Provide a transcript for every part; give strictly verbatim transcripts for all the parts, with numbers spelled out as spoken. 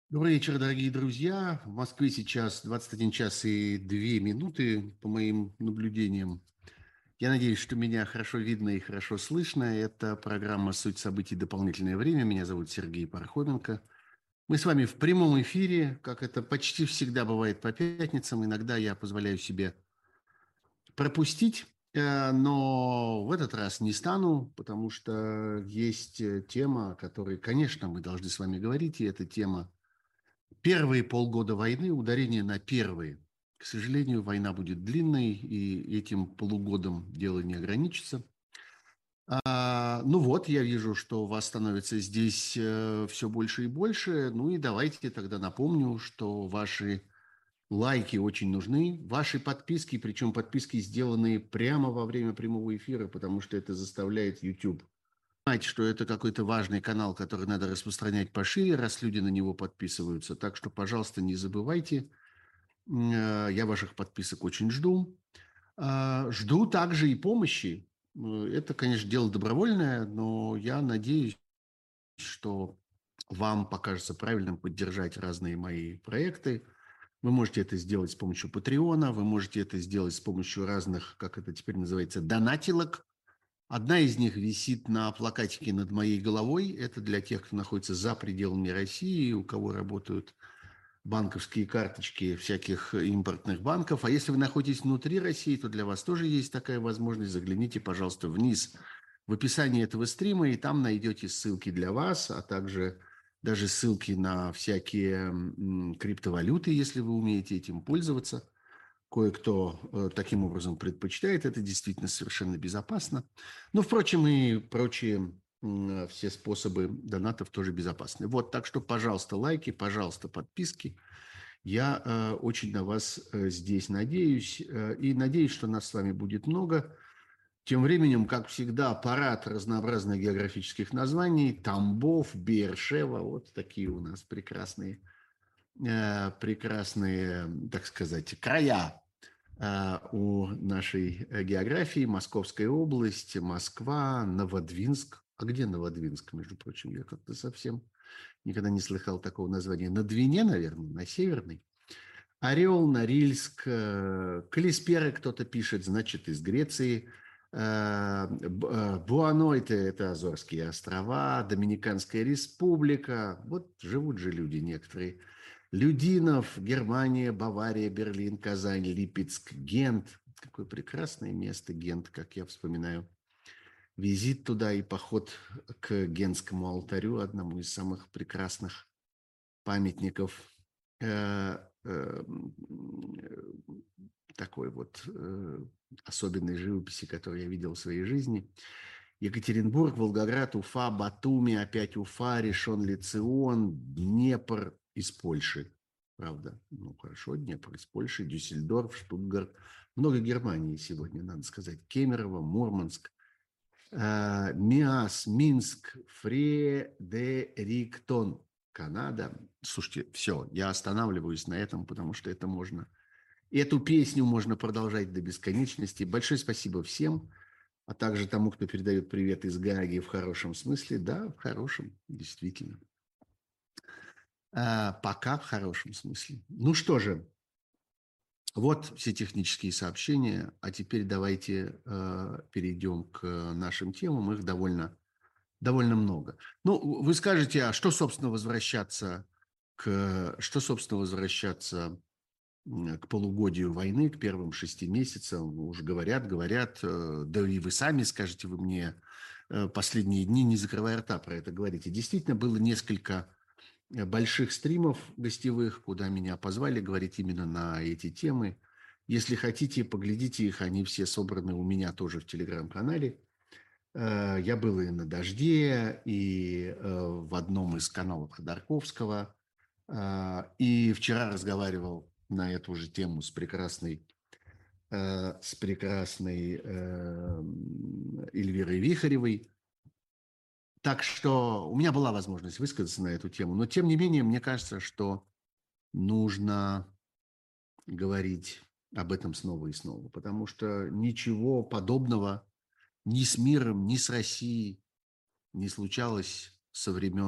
Добрый вечер, дорогие друзья. В Москве сейчас двадцать один час и две минуты, по моим наблюдениям. Я надеюсь, что меня хорошо видно и хорошо слышно. Это программа «Суть событий. Дополнительное время». Меня зовут Сергей Пархоменко. Мы с вами в прямом эфире, как это почти всегда бывает по пятницам. Иногда я позволяю себе пропустить, э, но в этот раз не стану, потому что есть э, тема, о которой, конечно, мы должны с вами говорить, и эта тема первые полгода войны, ударение на первые. К сожалению, война будет длинной, и этим полугодом дело не ограничится. А, ну вот, я вижу, что вас становится здесь э, все больше и больше. Ну и давайте тогда напомню, что ваши лайки очень нужны, ваши подписки, причем подписки, сделанные прямо во время прямого эфира, потому что это заставляет YouTube понимать, что это какой-то важный канал, который надо распространять пошире, раз люди на него подписываются. Так что, пожалуйста, не забывайте. Э, Я ваших подписок очень жду. А, Жду также и помощи. Э, Это, конечно, дело добровольное, но я надеюсь, что вам покажется правильным поддержать разные мои проекты. Вы можете это сделать с помощью Патреона, вы можете это сделать с помощью разных, как это теперь называется, донатилок. Одна из них висит на плакатике над моей головой. Это для тех, кто находится за пределами России, у кого работают банковские карточки всяких импортных банков. А если вы находитесь внутри России, то для вас тоже есть такая возможность. Загляните, пожалуйста, вниз в описании этого стрима, и там найдете ссылки для вас, а также даже ссылки на всякие м, криптовалюты, если вы умеете этим пользоваться. Кое-кто э, таким образом предпочитает. Это действительно совершенно безопасно. Но, впрочем, и прочие м, все способы донатов тоже безопасны. Вот, так что, пожалуйста, лайки, пожалуйста, подписки. Я э, очень на вас э, здесь надеюсь. Э, и надеюсь, что нас с вами будет много. Тем временем, как всегда, парад разнообразных географических названий. Тамбов, Бершева. Вот такие у нас прекрасные, э, прекрасные, так сказать, края э, у нашей э, географии. Московская область, Москва, Новодвинск. А где Новодвинск, между прочим? Я как-то совсем никогда не слыхал такого названия. На Двине, наверное, на Северной. Орел, Норильск, э, Калисперы кто-то пишет, значит, из Греции. Э, Б- э, Буанойте – это Азорские острова, Доминиканская республика. Вот живут же люди некоторые. Людинов, Германия, Бавария, Берлин, Казань, Липецк, Гент. Какое прекрасное место Гент, как я вспоминаю. Визит туда и поход к Генскому алтарю, одному из самых прекрасных памятников э, э, такой вот э, особенной живописи, которую я видел в своей жизни. Екатеринбург, Волгоград, Уфа, Батуми, опять Уфа, Ришон-ле-Цион, Днепр из Польши. Правда, ну хорошо, Днепр из Польши, Дюссельдорф, Штутгарт. Много Германии сегодня, надо сказать. Кемерово, Мурманск, э, Миас, Минск, Фредериктон, Канада. Слушайте, все, я останавливаюсь на этом, потому что это можно... Эту песню можно продолжать до бесконечности. Большое спасибо всем, а также тому, кто передает привет из Гааги в хорошем смысле. Да, в хорошем, действительно. А, пока в хорошем смысле. Ну что же, вот все технические сообщения, а теперь давайте э, перейдем к нашим темам. Их довольно довольно много. Ну, вы скажете, а что, собственно, возвращаться к, что, собственно, возвращаться к полугодию войны, к первым шести месяцам? Уж говорят, говорят, э, да и вы сами скажете, вы мне э, последние дни, не закрывая рта, про это говорите. Действительно, было несколько э, больших стримов гостевых, куда меня позвали говорить именно на эти темы. Если хотите, поглядите их, они все собраны у меня тоже в Телеграм-канале. Э, Я был и на «Дожде», и э, в одном из каналов Ходорковского. Э, И вчера разговаривал на эту же тему с прекрасной, э, с прекрасной э, Эльвирой Вихаревой. Так что у меня была возможность высказаться на эту тему. Но, тем не менее, мне кажется, что нужно говорить об этом снова и снова, потому что ничего подобного ни с миром, ни с Россией не случалось со времен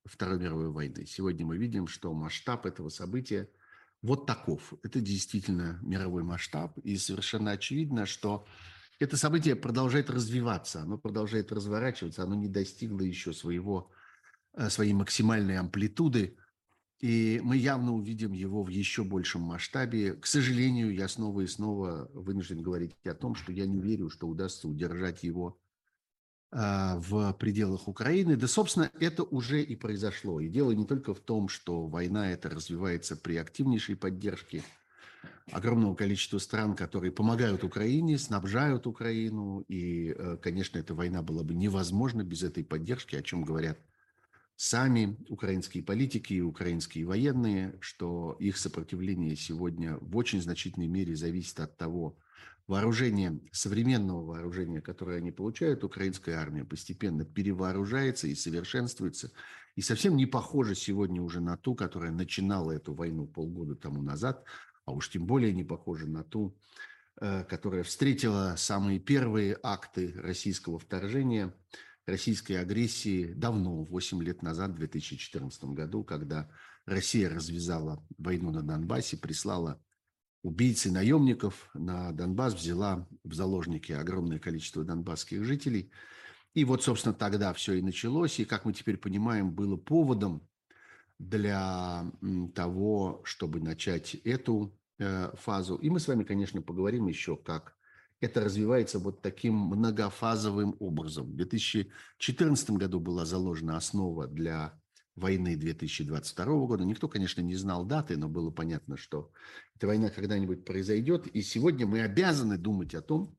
Второй мировой войны. Сегодня мы видим, что масштаб этого события вот таков. Это действительно мировой масштаб, и совершенно очевидно, что это событие продолжает развиваться, оно продолжает разворачиваться, оно не достигло еще своего, э, своей максимальной амплитуды, и мы явно увидим его в еще большем масштабе. К сожалению, я снова и снова вынужден говорить о том, что я не верю, что удастся удержать его а, в пределах Украины. Да, собственно, это уже и произошло. И дело не только в том, что война эта развивается при активнейшей поддержке огромного количества стран, которые помогают Украине, снабжают Украину. И, э, конечно, эта война была бы невозможна без этой поддержки, о чем говорят сами украинские политики и украинские военные, что их сопротивление сегодня в очень значительной мере зависит от того вооружения, современного вооружения, которое они получают. Украинская армия постепенно перевооружается и совершенствуется. И совсем не похожа сегодня уже на ту, которая начинала эту войну полгода тому назад, а уж тем более не похожа на ту, э, которая встретила самые первые акты российского вторжения, российской агрессии давно, восемь лет назад, в две тысячи четырнадцатом году, когда Россия развязала войну на Донбассе, прислала убийц и наемников на Донбасс, взяла в заложники огромное количество донбасских жителей. И вот, собственно, тогда все и началось. И, как мы теперь понимаем, было поводом для м, того, чтобы начать эту э, фазу. И мы с вами, конечно, поговорим еще, как это развивается вот таким многофазовым образом. В две тысячи четырнадцатом году была заложена основа для войны две тысячи двадцать второго года. Никто, конечно, не знал даты, но было понятно, что эта война когда-нибудь произойдет. И сегодня мы обязаны думать о том,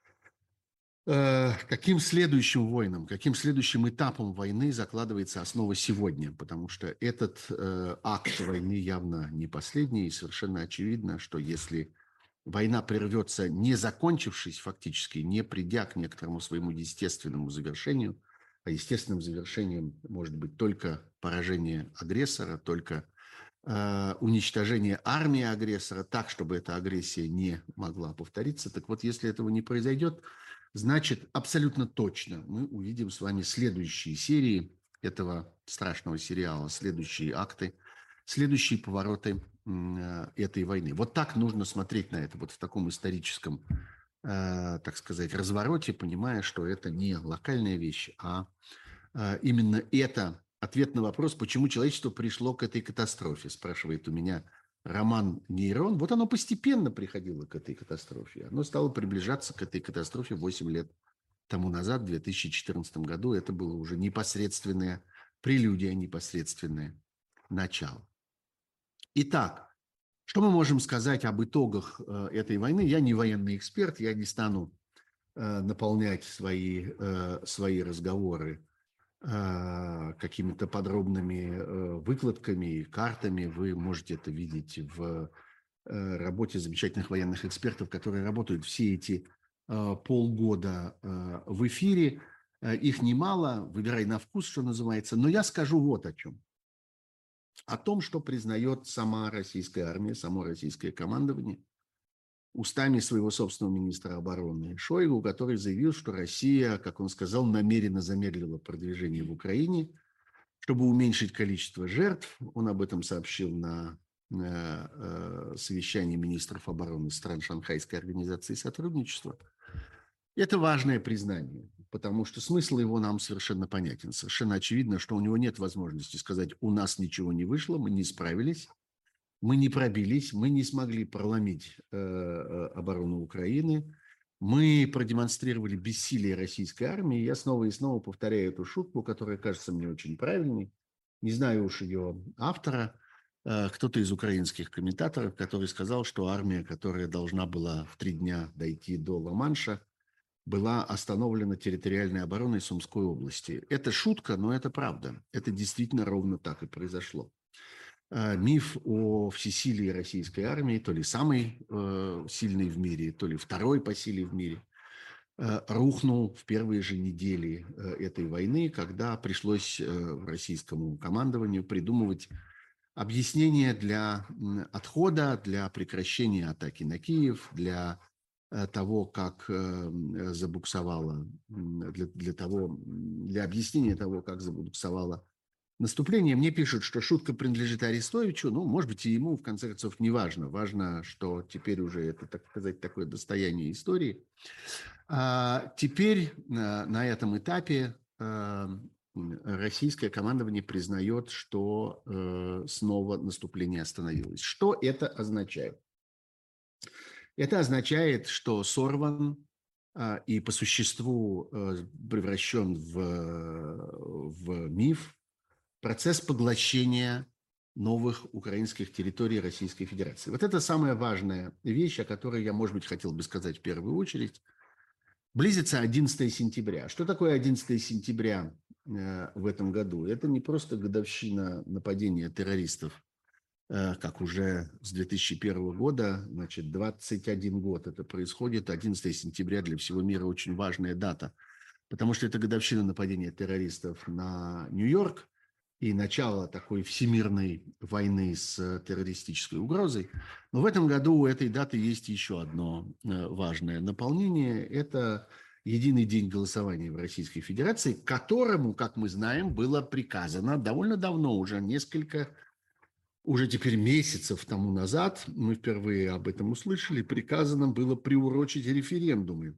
э, каким следующим войнам, каким следующим этапом войны закладывается основа сегодня. Потому что этот э, акт войны явно не последний. И совершенно очевидно, что если война прервется, не закончившись фактически, не придя к некоторому своему естественному завершению, а естественным завершением может быть только поражение агрессора, только э, уничтожение армии агрессора так, чтобы эта агрессия не могла повториться. Так вот, если этого не произойдет, значит, абсолютно точно мы увидим с вами следующие серии этого страшного сериала, следующие акты, следующие повороты э, этой войны. Вот так нужно смотреть на это, вот в таком историческом, э, так сказать, развороте, понимая, что это не локальная вещь, а э, именно это ответ на вопрос, почему человечество пришло к этой катастрофе, спрашивает у меня Роман Нейрон. Вот оно постепенно приходило к этой катастрофе. Оно стало приближаться к этой катастрофе восемь лет тому назад, в две тысячи четырнадцатом году. Это было уже непосредственное прелюдия, непосредственное начало. Итак, что мы можем сказать об итогах э, этой войны? Я не военный эксперт, я не стану э, наполнять свои, э, свои разговоры э, какими-то подробными э, выкладками, картами. Вы можете это видеть в э, работе замечательных военных экспертов, которые работают все эти э, полгода э, в эфире. Э, Их немало, выбирай на вкус, что называется. Но я скажу вот о чем. О том, что признает сама российская армия, само российское командование устами своего собственного министра обороны Шойгу, который заявил, что Россия, как он сказал, намеренно замедлила продвижение в Украине, чтобы уменьшить количество жертв. Он об этом сообщил на э, совещании министров обороны стран Шанхайской организации сотрудничества. Это важное признание, потому что смысл его нам совершенно понятен. Совершенно очевидно, что у него нет возможности сказать: у нас ничего не вышло, мы не справились, мы не пробились, мы не смогли проломить э, оборону Украины, мы продемонстрировали бессилие российской армии. Я снова и снова повторяю эту шутку, которая кажется мне очень правильной. Не знаю уж ее автора, э, кто-то из украинских комментаторов, который сказал, что армия, которая должна была в три дня дойти до Ла-Манша, была остановлена территориальной обороной Сумской области. Это шутка, но это правда. Это действительно ровно так и произошло. Миф о всесилии российской армии, то ли самый э, сильный в мире, то ли второй по силе в мире, э, рухнул в первые же недели э, этой войны, когда пришлось э, российскому командованию придумывать объяснение для отхода, для прекращения атаки на Киев, для э, того, как э, забуксовала, для, для, того, для объяснения того, как забуксовала наступления. Мне пишут, что шутка принадлежит Арестовичу. Ну, может быть, и ему, в конце концов, не важно. Важно, что теперь уже это, так сказать, такое достояние истории. А теперь на, на этом этапе э, российское командование признает, что э, снова наступление остановилось. Что это означает? Это означает, что сорван э, и по существу э, превращен в, в миф процесс поглощения новых украинских территорий Российской Федерации. Вот это самая важная вещь, о которой я, может быть, хотел бы сказать в первую очередь. Близится одиннадцатое сентября. Что такое одиннадцатое сентября э, в этом году? Это не просто годовщина нападения террористов, э, как уже с две тысячи первого года, значит, двадцать один год это происходит. одиннадцатое сентября для всего мира очень важная дата, потому что это годовщина нападения террористов на Нью-Йорк и начало такой всемирной войны с террористической угрозой. Но в этом году у этой даты есть еще одно важное наполнение. Это единый день голосования в Российской Федерации, которому, как мы знаем, было приказано довольно давно, уже несколько, уже теперь месяцев тому назад, мы впервые об этом услышали, приказано было приурочить референдумы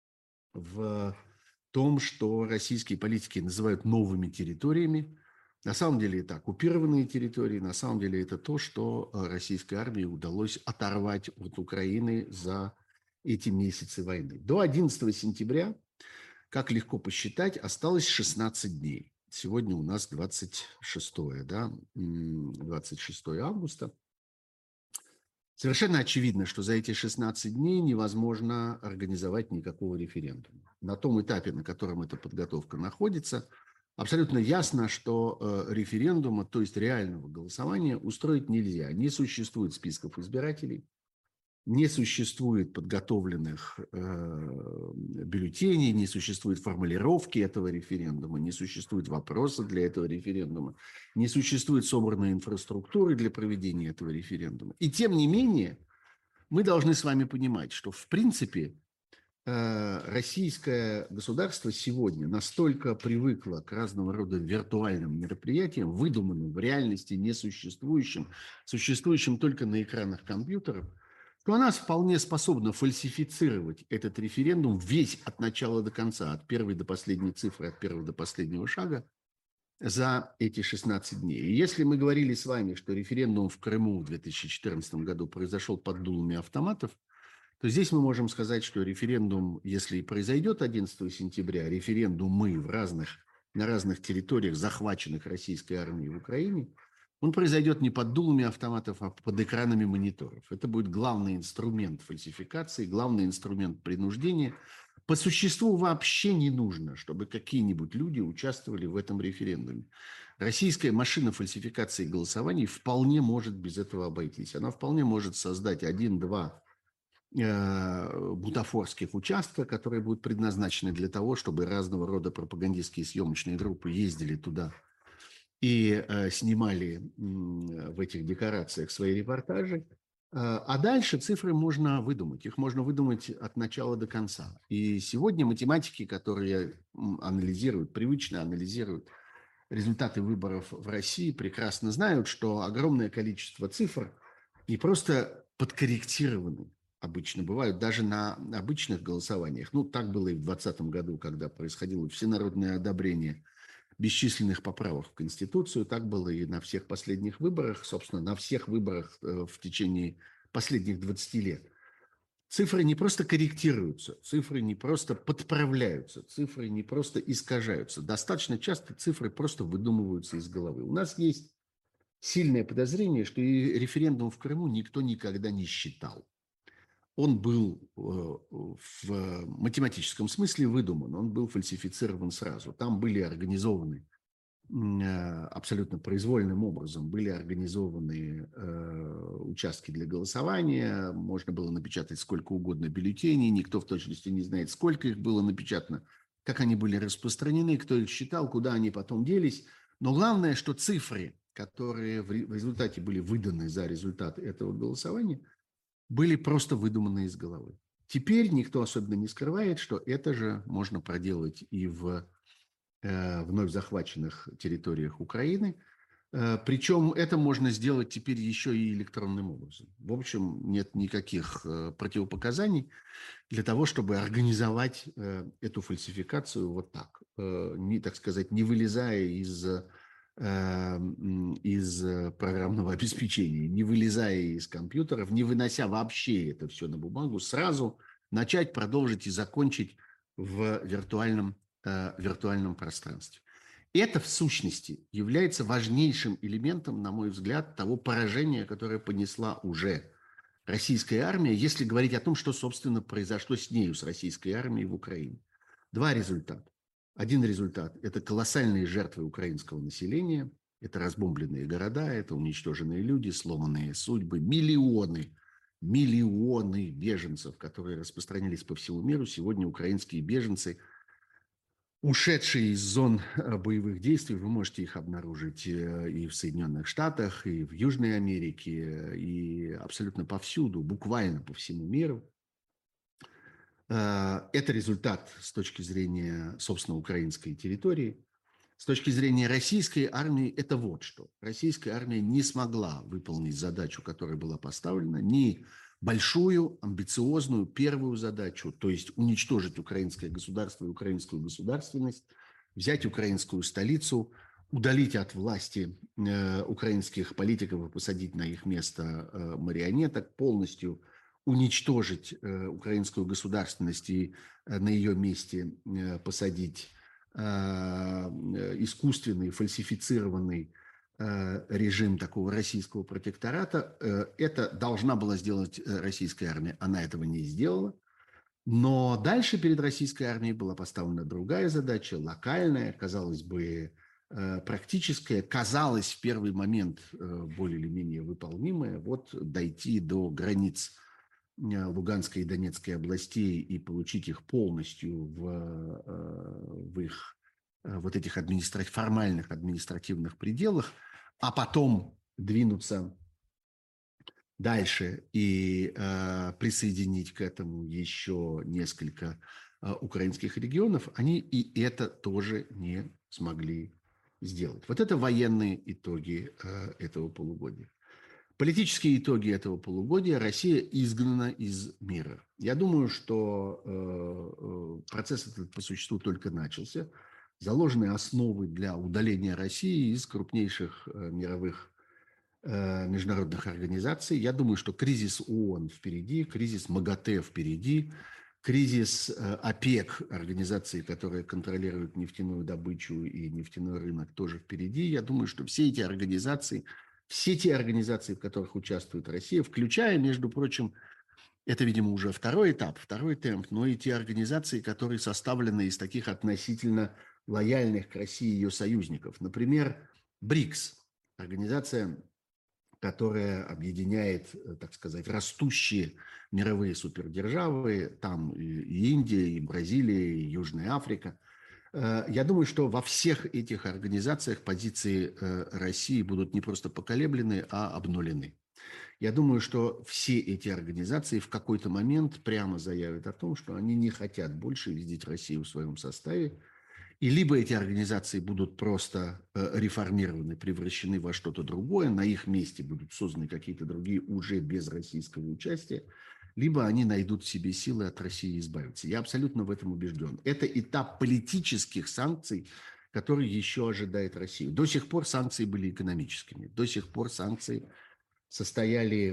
в том, что российские политики называют новыми территориями. На самом деле это оккупированные территории, на самом деле это то, что российской армии удалось оторвать от Украины за эти месяцы войны. До одиннадцатого сентября, как легко посчитать, осталось шестнадцать дней. Сегодня у нас двадцать шестое, да, двадцать шестое августа. Совершенно очевидно, что за эти шестнадцать дней невозможно организовать никакого референдума. На том этапе, на котором эта подготовка находится, абсолютно ясно, что э, референдума, то есть реального голосования, устроить нельзя. Не существует списков избирателей, не существует подготовленных э, бюллетеней, не существует формулировки этого референдума, не существует вопросов для этого референдума, не существует собранной инфраструктуры для проведения этого референдума. И тем не менее, мы должны с вами понимать, что в принципе э, российское государство сегодня настолько привыкло к разного рода виртуальным мероприятиям, выдуманным, в реальности несуществующим, существующим только на экранах компьютеров, что она вполне способна фальсифицировать этот референдум весь от начала до конца, от первой до последней цифры, от первого до последнего шага за эти шестнадцать дней. И если мы говорили с вами, что референдум в Крыму в две тысячи четырнадцатом году произошел под дулами автоматов, то здесь мы можем сказать, что референдум, если и произойдет одиннадцатого сентября, референдумы в разных, на разных территориях, захваченных российской армией в Украине, он произойдет не под дулами автоматов, а под экранами мониторов. Это будет главный инструмент фальсификации, главный инструмент принуждения. По существу вообще не нужно, чтобы какие-нибудь люди участвовали в этом референдуме. Российская машина фальсификации голосований вполне может без этого обойтись. Она вполне может создать один-два э, бутафорских участка, которые будут предназначены для того, чтобы разного рода пропагандистские съемочные группы ездили туда и э, снимали э, в этих декорациях свои репортажи. А дальше цифры можно выдумать. Их можно выдумать от начала до конца. И сегодня математики, которые анализируют, привычно анализируют результаты выборов в России, прекрасно знают, что огромное количество цифр не просто подкорректированы, обычно бывают даже на обычных голосованиях. Ну, так было и в двадцатом году, когда происходило всенародное одобрение бесчисленных поправок в Конституцию. Так было и на всех последних выборах, собственно, на всех выборах в течение последних двадцати лет. Цифры не просто корректируются, цифры не просто подправляются, цифры не просто искажаются. Достаточно часто цифры просто выдумываются из головы. У нас есть сильное подозрение, что и референдум в Крыму никто никогда не считал. Он был в математическом смысле выдуман, он был фальсифицирован сразу. Там были организованы абсолютно произвольным образом, были организованы участки для голосования, можно было напечатать сколько угодно бюллетеней, никто в точности не знает, сколько их было напечатано, как они были распространены, кто их считал, куда они потом делись. Но главное, что цифры, которые в результате были выданы за результат этого голосования, были просто выдуманы из головы. Теперь никто особенно не скрывает, что это же можно проделать и в э, вновь захваченных территориях Украины. Э, Причем это можно сделать теперь еще и электронным образом. В общем, нет никаких э, противопоказаний для того, чтобы организовать э, эту фальсификацию вот так, э, не, так сказать, не вылезая из, э, м, из э, программного обеспечения, не вылезая из компьютеров, не вынося вообще это все на бумагу, сразу начать, продолжить и закончить в виртуальном, э, виртуальном пространстве. Это, в сущности, является важнейшим элементом, на мой взгляд, того поражения, которое понесла уже российская армия, если говорить о том, что, собственно, произошло с нею, с российской армией в Украине. Два результата. Один результат – это колоссальные жертвы украинского населения, это разбомбленные города, это уничтоженные люди, сломанные судьбы, миллионы, миллионы беженцев, которые распространились по всему миру. Сегодня украинские беженцы, ушедшие из зон э, боевых действий, вы можете их обнаружить э, и в Соединенных Штатах, и в Южной Америке, и абсолютно повсюду, буквально по всему миру. Э, Это результат с точки зрения, собственно, украинской территории. С точки зрения российской армии это вот что. Российская армия не смогла выполнить задачу, которая была поставлена, ни большую, амбициозную первую задачу, то есть уничтожить украинское государство и украинскую государственность, взять украинскую столицу, удалить от власти э, украинских политиков и посадить на их место э, марионеток, полностью уничтожить э, украинскую государственность и э, на ее месте э, посадить искусственный, фальсифицированный режим такого российского протектората. Это должна была сделать российская армия. Она этого не сделала. Но дальше перед российской армией была поставлена другая задача, локальная, казалось бы, практическая, казалось в первый момент более или менее выполнимая. Вот дойти до границ Луганской и Донецкой областей и получить их полностью в, в их вот этих администра... формальных административных пределах, а потом двинуться дальше и э, присоединить к этому еще несколько э, украинских регионов, они и это тоже не смогли сделать. Вот это военные итоги э, этого полугодия. Политические итоги этого полугодия: Россия изгнана из мира. Я думаю, что э, процесс этот по существу только начался. Заложены основы для удаления России из крупнейших э, мировых э, международных организаций. Я думаю, что кризис ООН впереди, кризис МАГАТЭ впереди, кризис э, ОПЕК, организации, которая контролирует нефтяную добычу и нефтяной рынок, тоже впереди. Я думаю, что все эти организации... Все те организации, в которых участвует Россия, включая, между прочим, это, видимо, уже второй этап, второй темп, но и те организации, которые составлены из таких относительно лояльных к России ее союзников. Например, БРИКС, организация, которая объединяет, так сказать, растущие мировые супердержавы, там и Индия, и Бразилия, и Южная Африка. Я думаю, что во всех этих организациях позиции России будут не просто поколеблены, а обнулены. Я думаю, что все эти организации в какой-то момент прямо заявят о том, что они не хотят больше видеть Россию в своем составе. И либо эти организации будут просто реформированы, превращены во что-то другое, на их месте будут созданы какие-то другие уже без российского участия, либо они найдут в себе силы от России избавиться. Я абсолютно в этом убежден. Это этап политических санкций, который еще ожидает Россию. До сих пор санкции были экономическими. До сих пор санкции состояли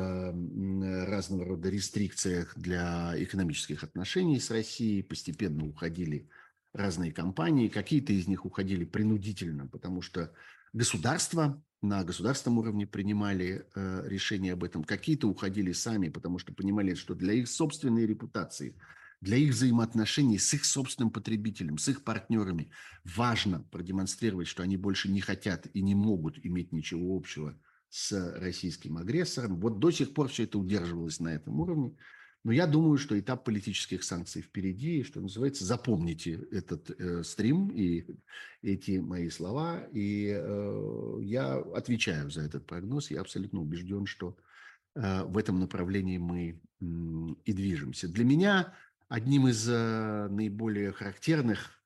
в разного рода рестрикциях для экономических отношений с Россией, постепенно уходили разные компании, какие-то из них уходили принудительно, потому что государства на государственном уровне принимали э, решения об этом, какие-то уходили сами, потому что понимали, что для их собственной репутации, для их взаимоотношений с их собственным потребителем, с их партнерами важно продемонстрировать, что они больше не хотят и не могут иметь ничего общего с российским агрессором. Вот до сих пор все это удерживалось на этом уровне. Но я думаю, что этап политических санкций впереди, и, что называется, запомните этот э, стрим и эти мои слова. И э, я отвечаю за этот прогноз. Я абсолютно убежден, что э, в этом направлении мы э, и движемся. Для меня одним из э, наиболее характерных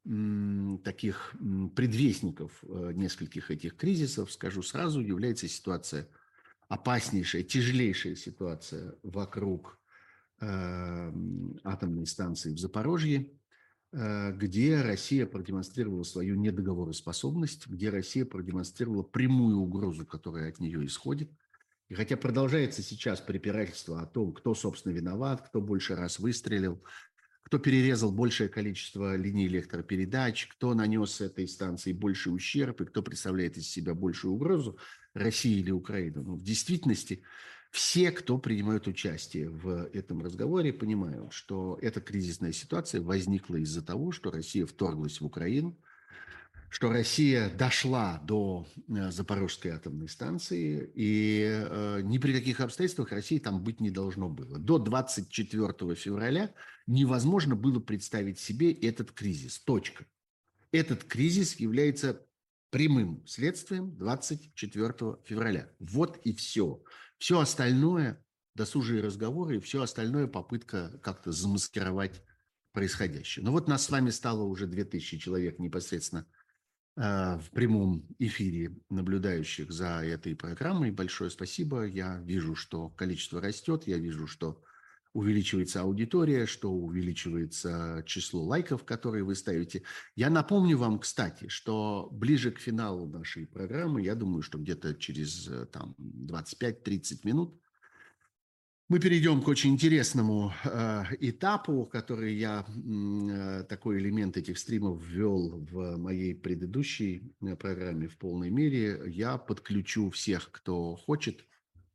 м, таких м, предвестников э, нескольких этих кризисов, скажу сразу, является ситуация опаснейшая, тяжелейшая ситуация вокруг э, м, атомной станции в Запорожье, э, где Россия продемонстрировала свою недоговороспособность, где Россия продемонстрировала прямую угрозу, которая от нее исходит. И хотя продолжается сейчас препирательство о том, кто, собственно, виноват, кто больше раз выстрелил, кто перерезал большее количество линий электропередач, кто нанес этой станции больший ущерб и кто представляет из себя большую угрозу, России или Украина. Но в действительности все, кто принимают участие в этом разговоре, понимают, что эта кризисная ситуация возникла из-за того, что Россия вторглась в Украину, что Россия дошла до э, Запорожской атомной станции, и э, ни при каких обстоятельствах России там быть не должно было. До двадцать четвёртого февраля невозможно было представить себе этот кризис. Точка. Этот кризис является прямым следствием двадцать четвёртого февраля. Вот и все. Все остальное, досужие разговоры, и все остальное попытка как-то замаскировать происходящее. Но вот нас с вами стало уже две тысячи человек непосредственно э, в прямом эфире наблюдающих за этой программой. Большое спасибо. Я вижу, что количество растет, я вижу, что увеличивается аудитория, что увеличивается число лайков, которые вы ставите. Я напомню вам, кстати, что ближе к финалу нашей программы, я думаю, что где-то через э, там, двадцать пять тридцать минут, мы перейдем к очень интересному э, этапу, который я, э, такой элемент этих стримов ввел в моей предыдущей э, программе в полной мере. Я подключу всех, кто хочет,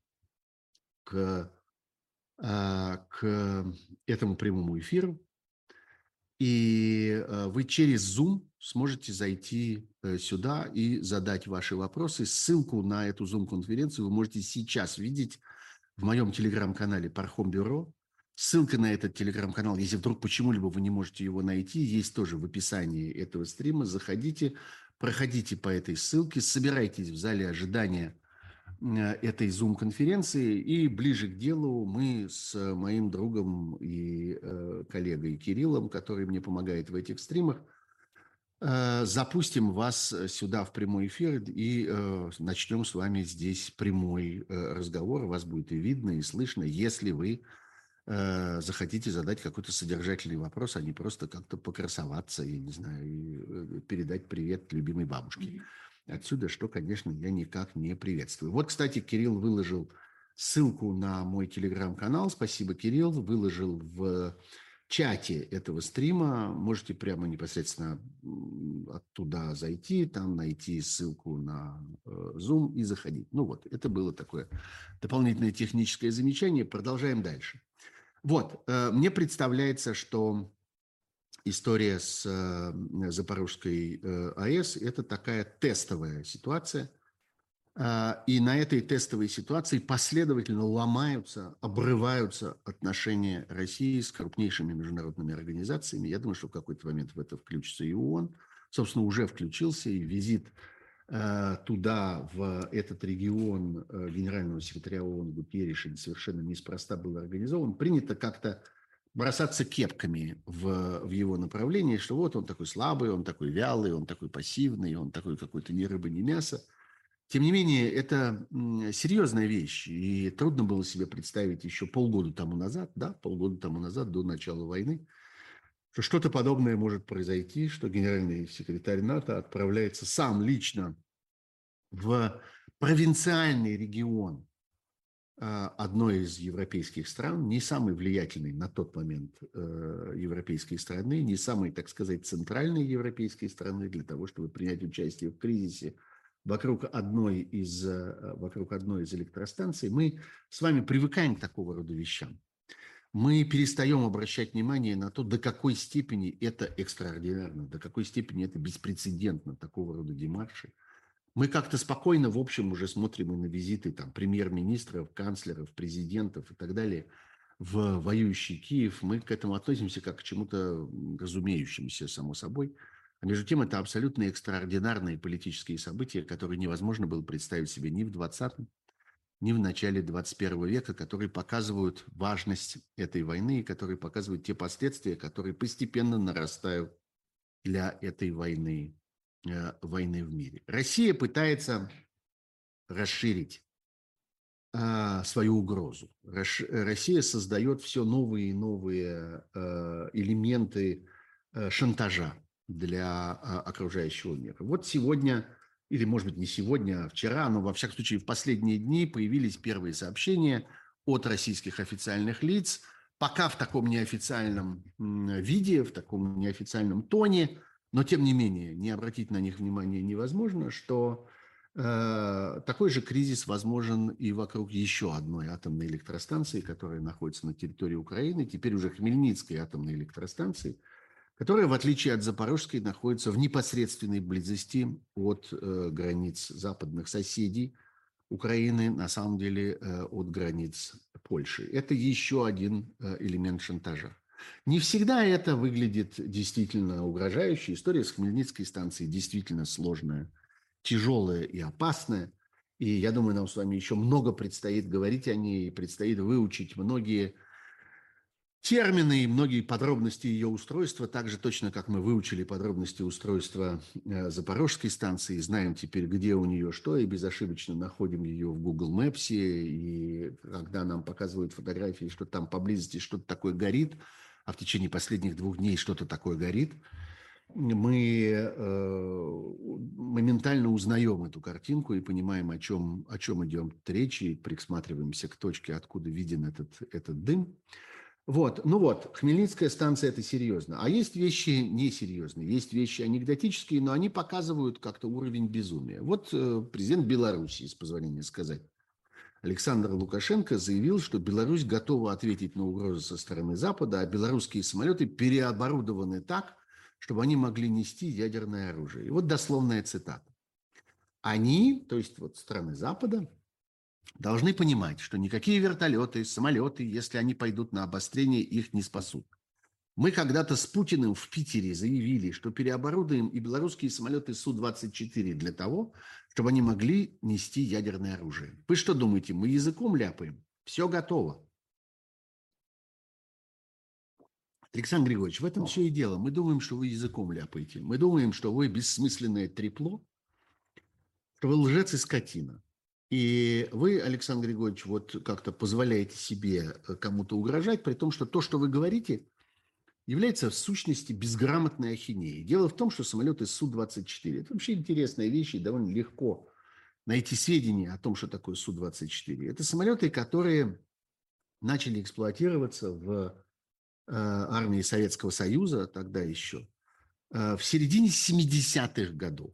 к, э, к этому прямому эфиру. И э, вы через Zoom сможете зайти э, сюда и задать ваши вопросы. Ссылку на эту Zoom-конференцию вы можете сейчас видеть в моем телеграм-канале Пархом Бюро. Ссылка на этот телеграм-канал, если вдруг почему-либо вы не можете его найти, есть тоже в описании этого стрима. Заходите, проходите по этой ссылке, собирайтесь в зале ожидания э, этой Zoom-конференции. И ближе к делу мы с моим другом и э, коллегой Кириллом, который мне помогает в этих стримах, э, запустим вас сюда в прямой эфир и э, начнем с вами здесь прямой э, разговор. Вас будет и видно, и слышно, если вы э, захотите задать какой-то содержательный вопрос, а не просто как-то покрасоваться, я не знаю, и э, передать привет любимой бабушке. Отсюда, что, конечно, я никак не приветствую. Вот, кстати, Кирилл выложил ссылку на мой телеграм-канал. Спасибо, Кирилл. Выложил в чате этого стрима. Можете прямо непосредственно оттуда зайти, там найти ссылку на э, Zoom и заходить. Ну вот, это было такое дополнительное техническое замечание. Продолжаем дальше. Вот, э, мне представляется, что история с э, Запорожской э, АЭС – это такая тестовая ситуация. Э, и на этой тестовой ситуации последовательно ломаются, обрываются отношения России с крупнейшими международными организациями. Я думаю, что в какой-то момент в это включится и ООН. Собственно, уже включился, и визит э, туда, в этот регион э, генерального секретаря ООН Гутерриша совершенно неспроста был организован. Принято как-то бросаться кепками в, в его направлении, что вот он такой слабый, он такой вялый, он такой пассивный, он такой какой-то ни рыба, ни мясо. Тем не менее, это м, серьезная вещь, и трудно было себе представить еще полгода тому назад, да, полгода тому назад, до начала войны, что что-то подобное может произойти, что генеральный секретарь НАТО отправляется сам лично в провинциальный регион э, одной из европейских стран, не самой влиятельной на тот момент э, европейской страны, не самой, так сказать, центральной европейской страны для того, чтобы принять участие в кризисе вокруг одной из, э, вокруг одной из электростанций. Мы с вами привыкаем к такого рода вещам. Мы перестаем обращать внимание на то, до какой степени это экстраординарно, до какой степени это беспрецедентно, такого рода демарши. Мы как-то спокойно, в общем, уже смотрим и на визиты там, премьер-министров, канцлеров, президентов и так далее в воюющий Киев. Мы к этому относимся как к чему-то разумеющемуся, само собой. А между тем, это абсолютно экстраординарные политические события, которые невозможно было представить себе ни в двадцатом, ни в начале двадцать первого века, которые показывают важность этой войны и которые показывают те последствия, которые постепенно нарастают для этой войны, э, войны в мире. Россия пытается расширить э, свою угрозу. Расш... Россия создает все новые и новые э, элементы э, шантажа для э, окружающего мира. Вот сегодня, или может быть не сегодня, а вчера, но во всяком случае в последние дни появились первые сообщения от российских официальных лиц, пока в таком неофициальном виде, в таком неофициальном тоне, но тем не менее не обратить на них внимания невозможно, что э, такой же кризис возможен и вокруг еще одной атомной электростанции, которая находится на территории Украины, теперь уже Хмельницкой атомной электростанции, которая, в отличие от Запорожской, находится в непосредственной близости от э, границ западных соседей Украины, на самом деле э, от границ Польши. Это еще один э, элемент шантажа. Не всегда это выглядит действительно угрожающе. История с Хмельницкой станцией действительно сложная, тяжелая и опасная. И я думаю, нам с вами еще много предстоит говорить о ней, предстоит выучить многие термины и многие подробности ее устройства, так же точно, как мы выучили подробности устройства э, Запорожской станции, знаем теперь, где у нее что, и безошибочно находим ее в Google Maps, и когда нам показывают фотографии, что там поблизости что-то такое горит, а в течение последних двух дней что-то такое горит, мы э, моментально узнаем эту картинку и понимаем, о чем, о чем идет речь, и присматриваемся к точке, откуда виден этот, этот дым. Вот, ну вот, Хмельницкая станция – это серьезно. А есть вещи несерьезные, есть вещи анекдотические, но они показывают как-то уровень безумия. Вот э, президент Беларуси, с позволения сказать, Александр Лукашенко заявил, что Беларусь готова ответить на угрозы со стороны Запада, а белорусские самолеты переоборудованы так, чтобы они могли нести ядерное оружие. И вот дословная цитата. Они, то есть вот страны Запада, должны понимать, что никакие вертолеты, самолеты, если они пойдут на обострение, их не спасут. Мы когда-то с Путиным в Питере заявили, что переоборудуем и белорусские самолеты Су двадцать четыре для того, чтобы они могли нести ядерное оружие. Вы что думаете, мы языком ляпаем? Все готово. Александр Григорьевич, в этом все и дело. Мы думаем, что вы языком ляпаете. Мы думаем, что вы бессмысленное трепло, что вы лжец и скотина. И вы, Александр Григорьевич, вот как-то позволяете себе кому-то угрожать, при том, что то, что вы говорите, является в сущности безграмотной ахинеей. Дело в том, что самолеты Су двадцать четыре – это вообще интересная вещь, и довольно легко найти сведения о том, что такое Су двадцать четыре. Это самолеты, которые начали эксплуатироваться в э, армии Советского Союза, тогда еще, э, в середине семидесятых годов.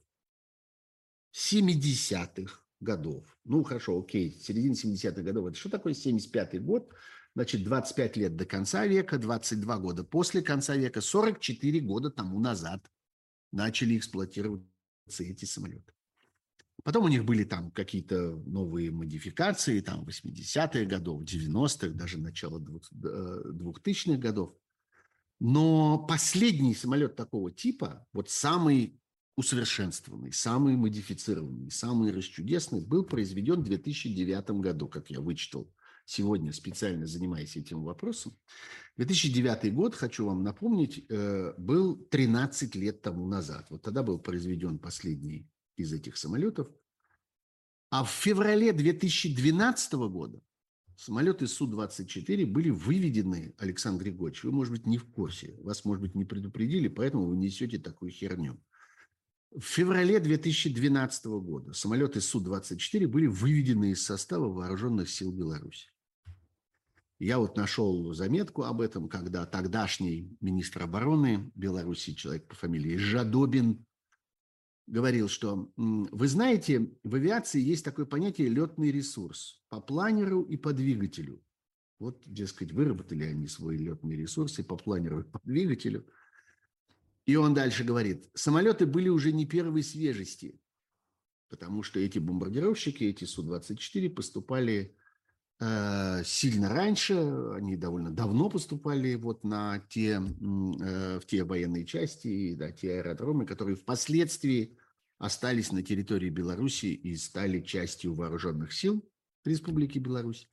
семидесятых годов. Ну, хорошо, окей, середина семидесятых годов. Это что такое семьдесят пятый год? Значит, двадцать пять лет до конца века, двадцать два года после конца века, сорок четыре года тому назад начали эксплуатироваться эти самолеты. Потом у них были там какие-то новые модификации, там восьмидесятых годов, девяностых, даже начало двухтысячных годов. Но последний самолет такого типа, вот самый усовершенствованный, самый модифицированный, самый расчудесный, был произведен в две тысячи девятом году, как я вычитал сегодня, специально занимаясь этим вопросом. две тысячи девятый год, хочу вам напомнить, был тринадцать лет тому назад. Вот тогда был произведен последний из этих самолетов. А в феврале две тысячи двенадцатого года самолеты Су двадцать четыре были выведены, Александр Григорьевич, вы, может быть, не в курсе, вас, может быть, не предупредили, поэтому вы несете такую херню. В феврале две тысячи двенадцатого года самолеты Су двадцать четыре были выведены из состава вооруженных сил Беларуси. Я вот нашел заметку об этом, когда тогдашний министр обороны Беларуси, человек по фамилии Жадобин, говорил, что, вы знаете, в авиации есть такое понятие летный ресурс по планеру и по двигателю. Вот, дескать, выработали они свой летный ресурс и по планеру, и по двигателю. И он дальше говорит, самолеты были уже не первой свежести, потому что эти бомбардировщики, эти Су двадцать четыре поступали э, сильно раньше, они довольно давно поступали вот на те, э, в те военные части, да, те аэродромы, которые впоследствии остались на территории Беларуси и стали частью вооруженных сил Республики Беларусь.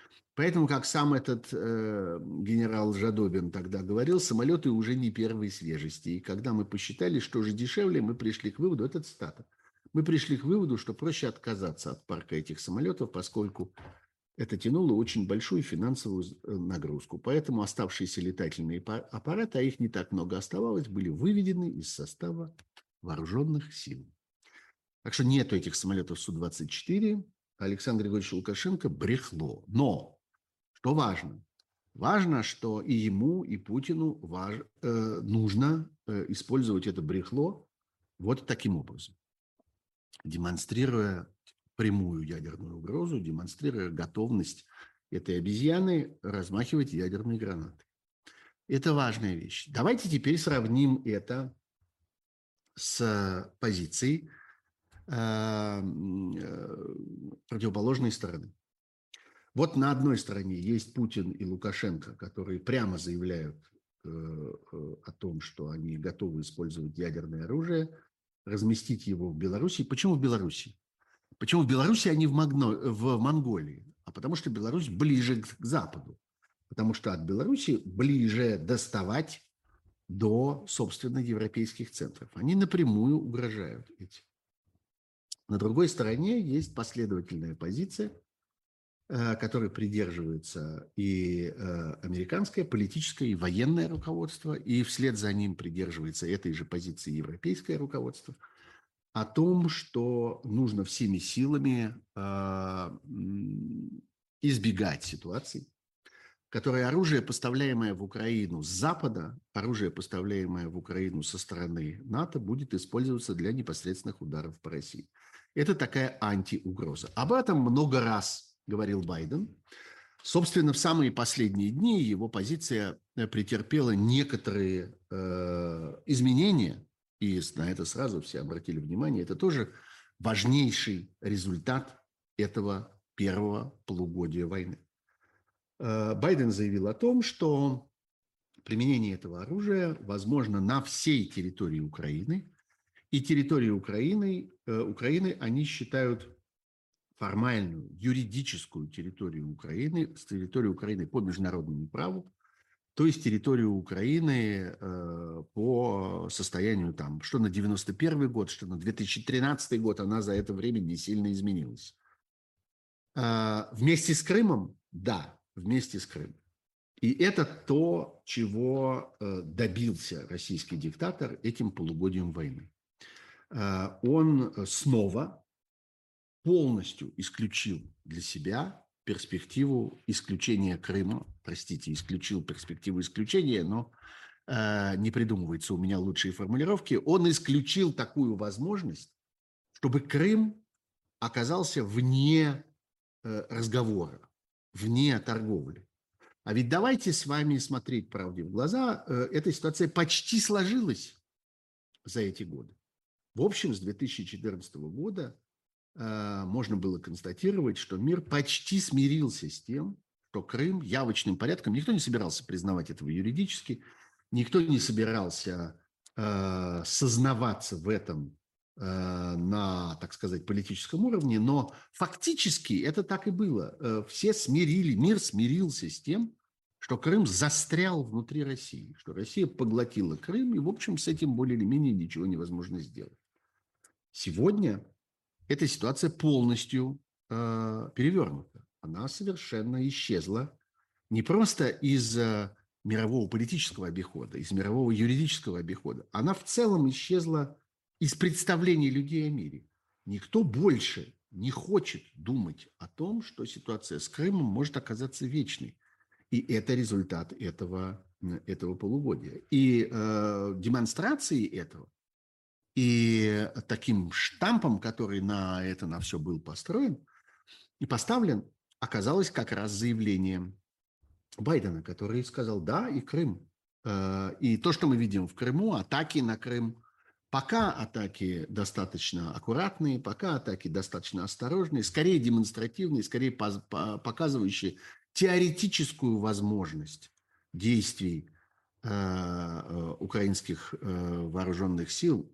Поэтому, как сам этот э, генерал Жадобин тогда говорил, самолеты уже не первой свежести. И когда мы посчитали, что же дешевле, мы пришли к выводу, это цитата, мы пришли к выводу, что проще отказаться от парка этих самолетов, поскольку это тянуло очень большую финансовую нагрузку. Поэтому оставшиеся летательные аппараты, а их не так много оставалось, были выведены из состава вооруженных сил. Так что нету этих самолетов Су двадцать четыре. Александр Григорьевич Лукашенко брехло. Но, что важно? Важно, что и ему, и Путину важ, э, нужно э, использовать это брехло вот таким образом. Демонстрируя прямую ядерную угрозу, демонстрируя готовность этой обезьяны размахивать ядерные гранаты. Это важная вещь. Давайте теперь сравним это с позицией э, противоположной стороны. Вот на одной стороне есть Путин и Лукашенко, которые прямо заявляют э, о том, что они готовы использовать ядерное оружие, разместить его в Беларуси. Почему в Беларуси? Почему в Беларуси, а не в, Магно... в Монголии? А потому что Беларусь ближе к Западу. Потому что от Беларуси ближе доставать до, собственно, европейских центров. Они напрямую угрожают этим. На другой стороне есть последовательная позиция, которой придерживается и американское политическое и военное руководство, и вслед за ним придерживается этой же позиции европейское руководство, о том, что нужно всеми силами избегать ситуаций, в которой оружие, поставляемое в Украину с Запада, оружие, поставляемое в Украину со стороны НАТО, будет использоваться для непосредственных ударов по России. Это такая антиугроза. Об этом много раз говорил Байден. Собственно, в самые последние дни его позиция претерпела некоторые э, изменения, и на это сразу все обратили внимание. Это тоже важнейший результат этого первого полугодия войны. Байден заявил о том, что применение этого оружия возможно на всей территории Украины. И территорию Украины, э, Украины они считают формальную, юридическую территорию Украины, с территорией Украины по международному праву, то есть территорию Украины э, по состоянию там, что на девяносто первый год, что на две тысячи тринадцатый год, она за это время не сильно изменилась. Э, вместе с Крымом? Да, вместе с Крымом. И это то, чего э, добился российский диктатор этим полугодием войны. Э, он снова полностью исключил для себя перспективу исключения Крыма. Простите, исключил перспективу исключения, но э, не придумывается у меня лучшие формулировки. Он исключил такую возможность, чтобы Крым оказался вне э, разговора, вне торговли. А ведь давайте с вами смотреть правде в глаза. Э, эта ситуация почти сложилась за эти годы. В общем, с две тысячи четырнадцатого года можно было констатировать, что мир почти смирился с тем, что Крым явочным порядком, никто не собирался признавать этого юридически, никто не собирался э, сознаваться в этом э, на, так сказать, политическом уровне, но фактически это так и было. Э, все смирили, мир смирился с тем, что Крым застрял внутри России, что Россия поглотила Крым, и, в общем, с этим более или менее ничего невозможно сделать. Сегодня эта ситуация полностью э, перевернута. Она совершенно исчезла не просто из э, мирового политического обихода, из мирового юридического обихода. Она в целом исчезла из представлений людей о мире. Никто больше не хочет думать о том, что ситуация с Крымом может оказаться вечной. И это результат этого, этого полугодия. И э, демонстрацией этого, и таким штампом, который на это на все был построен и поставлен, оказалось как раз заявление Байдена, который сказал: да, и Крым. И то, что мы видим в Крыму, атаки на Крым, пока атаки достаточно аккуратные, пока атаки достаточно осторожные, скорее демонстративные, скорее показывающие теоретическую возможность действий украинских вооруженных сил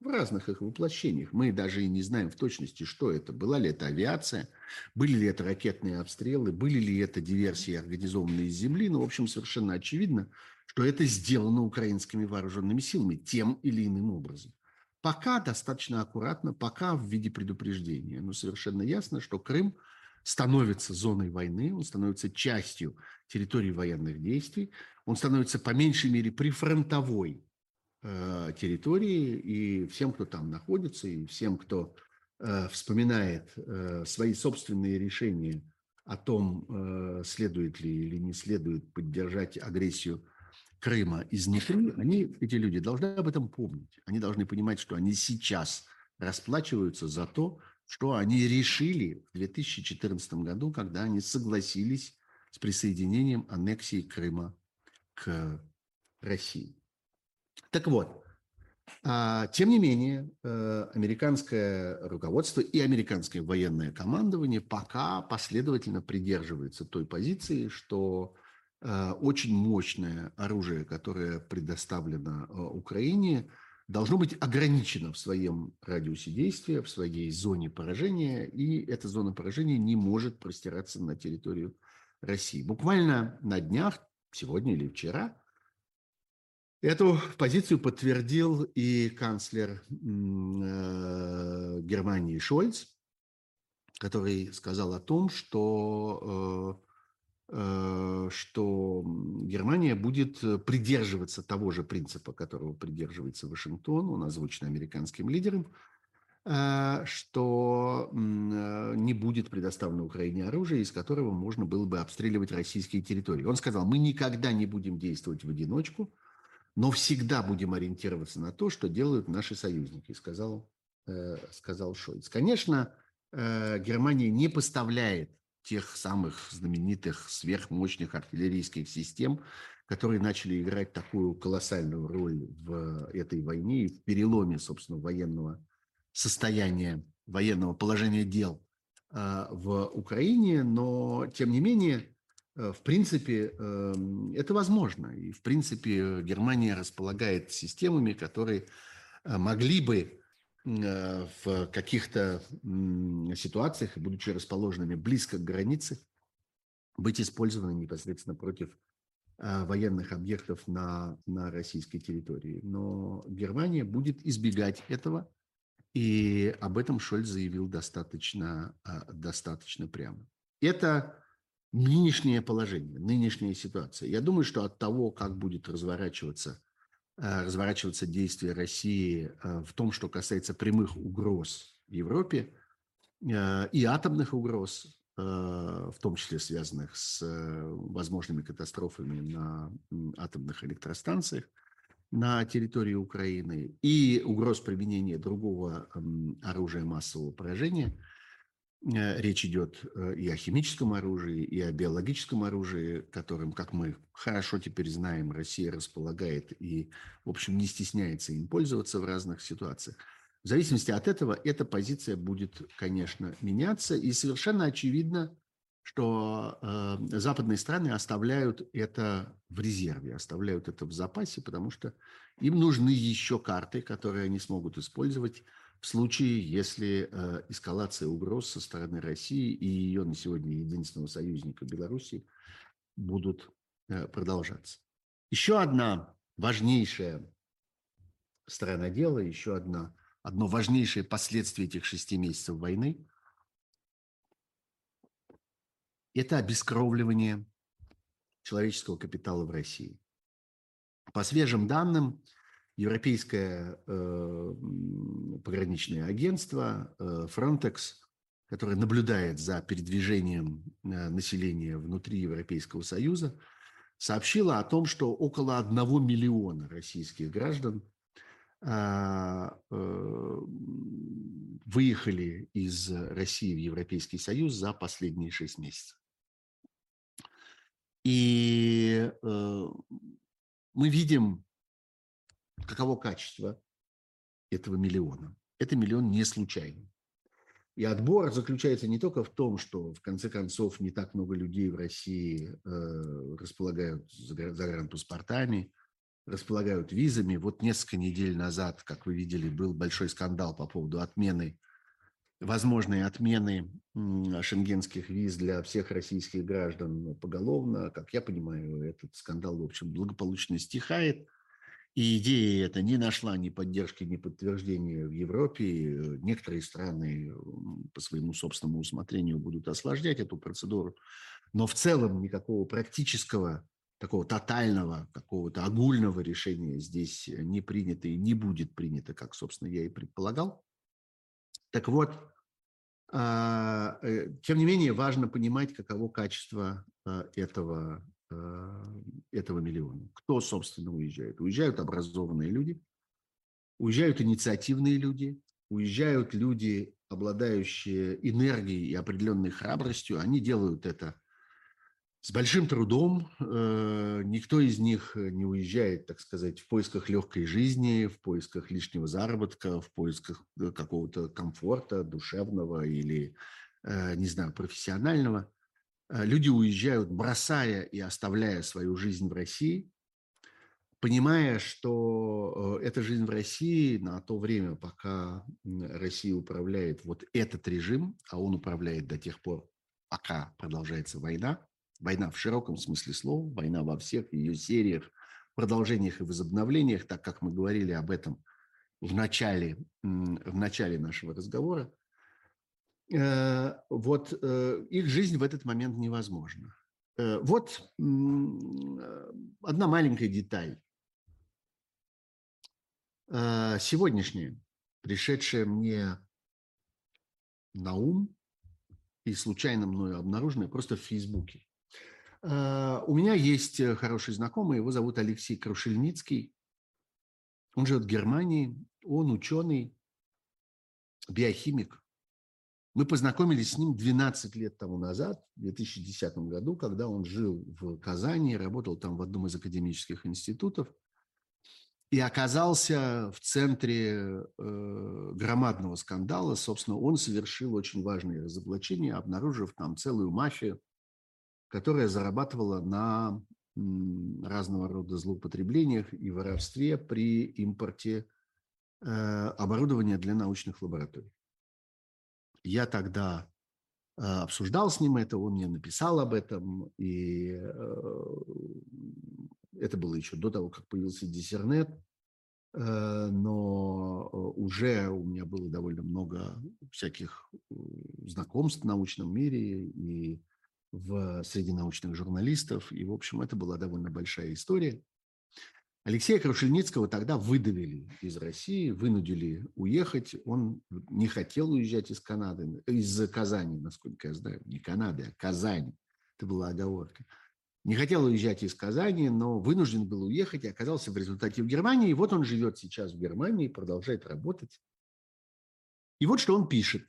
в разных их воплощениях. Мы даже и не знаем в точности, что это. Была ли это авиация, были ли это ракетные обстрелы, были ли это диверсии, организованные из земли. Но, в общем, совершенно очевидно, что это сделано украинскими вооруженными силами тем или иным образом. Пока достаточно аккуратно, пока в виде предупреждения. Но совершенно ясно, что Крым становится зоной войны, он становится частью территории военных действий, он становится по меньшей мере прифронтовой территории, и всем, кто там находится, и всем, кто э, вспоминает э, свои собственные решения о том, э, следует ли или не следует поддержать агрессию Крыма изнутри, они, эти люди, должны об этом помнить. Они должны понимать, что они сейчас расплачиваются за то, что они решили в две тысячи четырнадцатом году, когда они согласились с присоединением аннексии Крыма к России. Так вот, тем не менее, американское руководство и американское военное командование пока последовательно придерживается той позиции, что очень мощное оружие, которое предоставлено Украине, должно быть ограничено в своем радиусе действия, в своей зоне поражения, и эта зона поражения не может простираться на территорию России. Буквально на днях, сегодня или вчера, эту позицию подтвердил и канцлер Германии Шольц, который сказал о том, что, что Германия будет придерживаться того же принципа, которого придерживается Вашингтон, он озвучен американским лидером, что не будет предоставлено Украине оружие, из которого можно было бы обстреливать российские территории. Он сказал, мы никогда не будем действовать в одиночку, но всегда будем ориентироваться на то, что делают наши союзники, сказал, э, сказал Шольц. Конечно, э, Германия не поставляет тех самых знаменитых сверхмощных артиллерийских систем, которые начали играть такую колоссальную роль в этой войне и в переломе, собственно, военного состояния, военного положения дел э, в Украине, но, тем не менее, в принципе, это возможно. И, в принципе, Германия располагает системами, которые могли бы в каких-то ситуациях, будучи расположенными близко к границе, быть использованы непосредственно против военных объектов на, на российской территории. Но Германия будет избегать этого, и об этом Шольц заявил достаточно, достаточно прямо. Это нынешнее положение, нынешняя ситуация. Я думаю, что от того, как будет разворачиваться, разворачиваться действия России в том, что касается прямых угроз Европе и атомных угроз, в том числе связанных с возможными катастрофами на атомных электростанциях на территории Украины, и угроз применения другого оружия массового поражения, речь идет и о химическом оружии, и о биологическом оружии, которым, как мы хорошо теперь знаем, Россия располагает и, в общем, не стесняется им пользоваться в разных ситуациях. В зависимости от этого эта позиция будет, конечно, меняться. И совершенно очевидно, что э, западные страны оставляют это в резерве, оставляют это в запасе, потому что им нужны еще карты, которые они смогут использовать в случае, если э, эскалация угроз со стороны России и ее на сегодня единственного союзника Беларуси будут э, продолжаться. Еще одна важнейшая сторона дела, еще одна, одно важнейшее последствие этих шести месяцев войны – это обескровливание человеческого капитала в России. По свежим данным, Европейское э, пограничное агентство э, Frontex, которое наблюдает за передвижением э, населения внутри Европейского Союза, сообщило о том, что около одного миллиона российских граждан э, э, выехали из России в Европейский Союз за последние шесть месяцев. И э, мы видим, каково качество этого миллиона. Это миллион не случайный. И отбор заключается не только в том, что, в конце концов, не так много людей в России э, располагают загранпаспортами, располагают визами. Вот несколько недель назад, как вы видели, был большой скандал по поводу отмены, возможной отмены шенгенских виз для всех российских граждан поголовно. Как я понимаю, этот скандал, в общем, благополучно стихает. И идея эта не нашла ни поддержки, ни подтверждения в Европе. Некоторые страны по своему собственному усмотрению будут осложнять эту процедуру. Но в целом никакого практического, такого тотального, какого-то огульного решения здесь не принято и не будет принято, как, собственно, я и предполагал. Так вот, тем не менее, важно понимать, каково качество этого, этого миллиона. Кто, собственно, уезжает? Уезжают образованные люди, уезжают инициативные люди, уезжают люди, обладающие энергией и определенной храбростью. Они делают это с большим трудом. Никто из них не уезжает, так сказать, в поисках легкой жизни, в поисках лишнего заработка, в поисках какого-то комфорта душевного или, не знаю, профессионального. Люди уезжают, бросая и оставляя свою жизнь в России, понимая, что эта жизнь в России на то время, пока Россия управляет вот этот режим, а он управляет до тех пор, пока продолжается война, война в широком смысле слова, война во всех ее сериях, продолжениях и возобновлениях, так как мы говорили об этом в начале, в начале нашего разговора, вот их жизнь в этот момент невозможна. Вот одна маленькая деталь. Сегодняшняя, пришедшая мне на ум и случайно мною обнаруженная просто в Фейсбуке. У меня есть хороший знакомый, его зовут Алексей Крушельницкий. Он живет в Германии, он ученый, биохимик. Мы познакомились с ним двенадцать лет тому назад, в две тысячи десятом году, когда он жил в Казани, работал там в одном из академических институтов и оказался в центре э, громадного скандала. Собственно, он совершил очень важные разоблачения, обнаружив там целую мафию, которая зарабатывала на м, разного рода злоупотреблениях и воровстве при импорте э, оборудования для научных лабораторий. Я тогда э, обсуждал с ним это, он мне написал об этом, и э, это было еще до того, как появился Диссернет, э, но уже у меня было довольно много всяких знакомств в научном мире и в среди научных журналистов, и, в общем, это была довольно большая история. Алексея Крушельницкого тогда выдавили из России, вынудили уехать. Он не хотел уезжать из Канады, из Казани, насколько я знаю. Не Канады, а Казани. Это была оговорка. Не хотел уезжать из Казани, но вынужден был уехать и оказался в результате в Германии. И вот он живет сейчас в Германии, продолжает работать. И вот что он пишет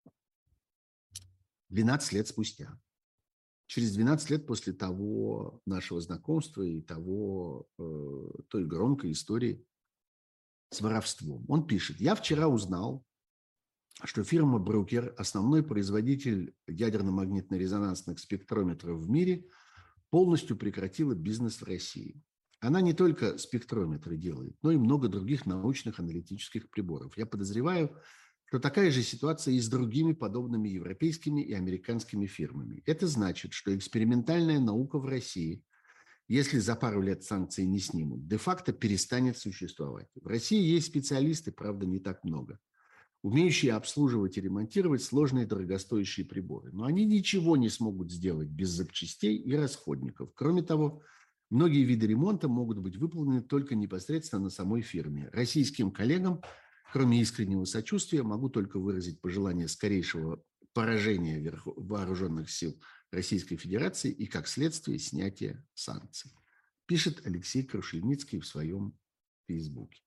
двенадцать лет спустя. Через двенадцать лет после того нашего знакомства и того, э, той громкой истории с воровством. Он пишет: «Я вчера узнал, что фирма Брукер, основной производитель ядерно-магнитно-резонансных спектрометров в мире, полностью прекратила бизнес в России. Она не только спектрометры делает, но и много других научных аналитических приборов. Я подозреваю, что такая же ситуация и с другими подобными европейскими и американскими фирмами. Это значит, что экспериментальная наука в России, если за пару лет санкции не снимут, де-факто перестанет существовать. В России есть специалисты, правда, не так много, умеющие обслуживать и ремонтировать сложные дорогостоящие приборы. Но они ничего не смогут сделать без запчастей и расходников. Кроме того, многие виды ремонта могут быть выполнены только непосредственно на самой фирме. Российским коллегам, кроме искреннего сочувствия, могу только выразить пожелание скорейшего поражения вооруженных сил Российской Федерации и, как следствие, снятия санкций», пишет Алексей Крушельницкий в своем Фейсбуке.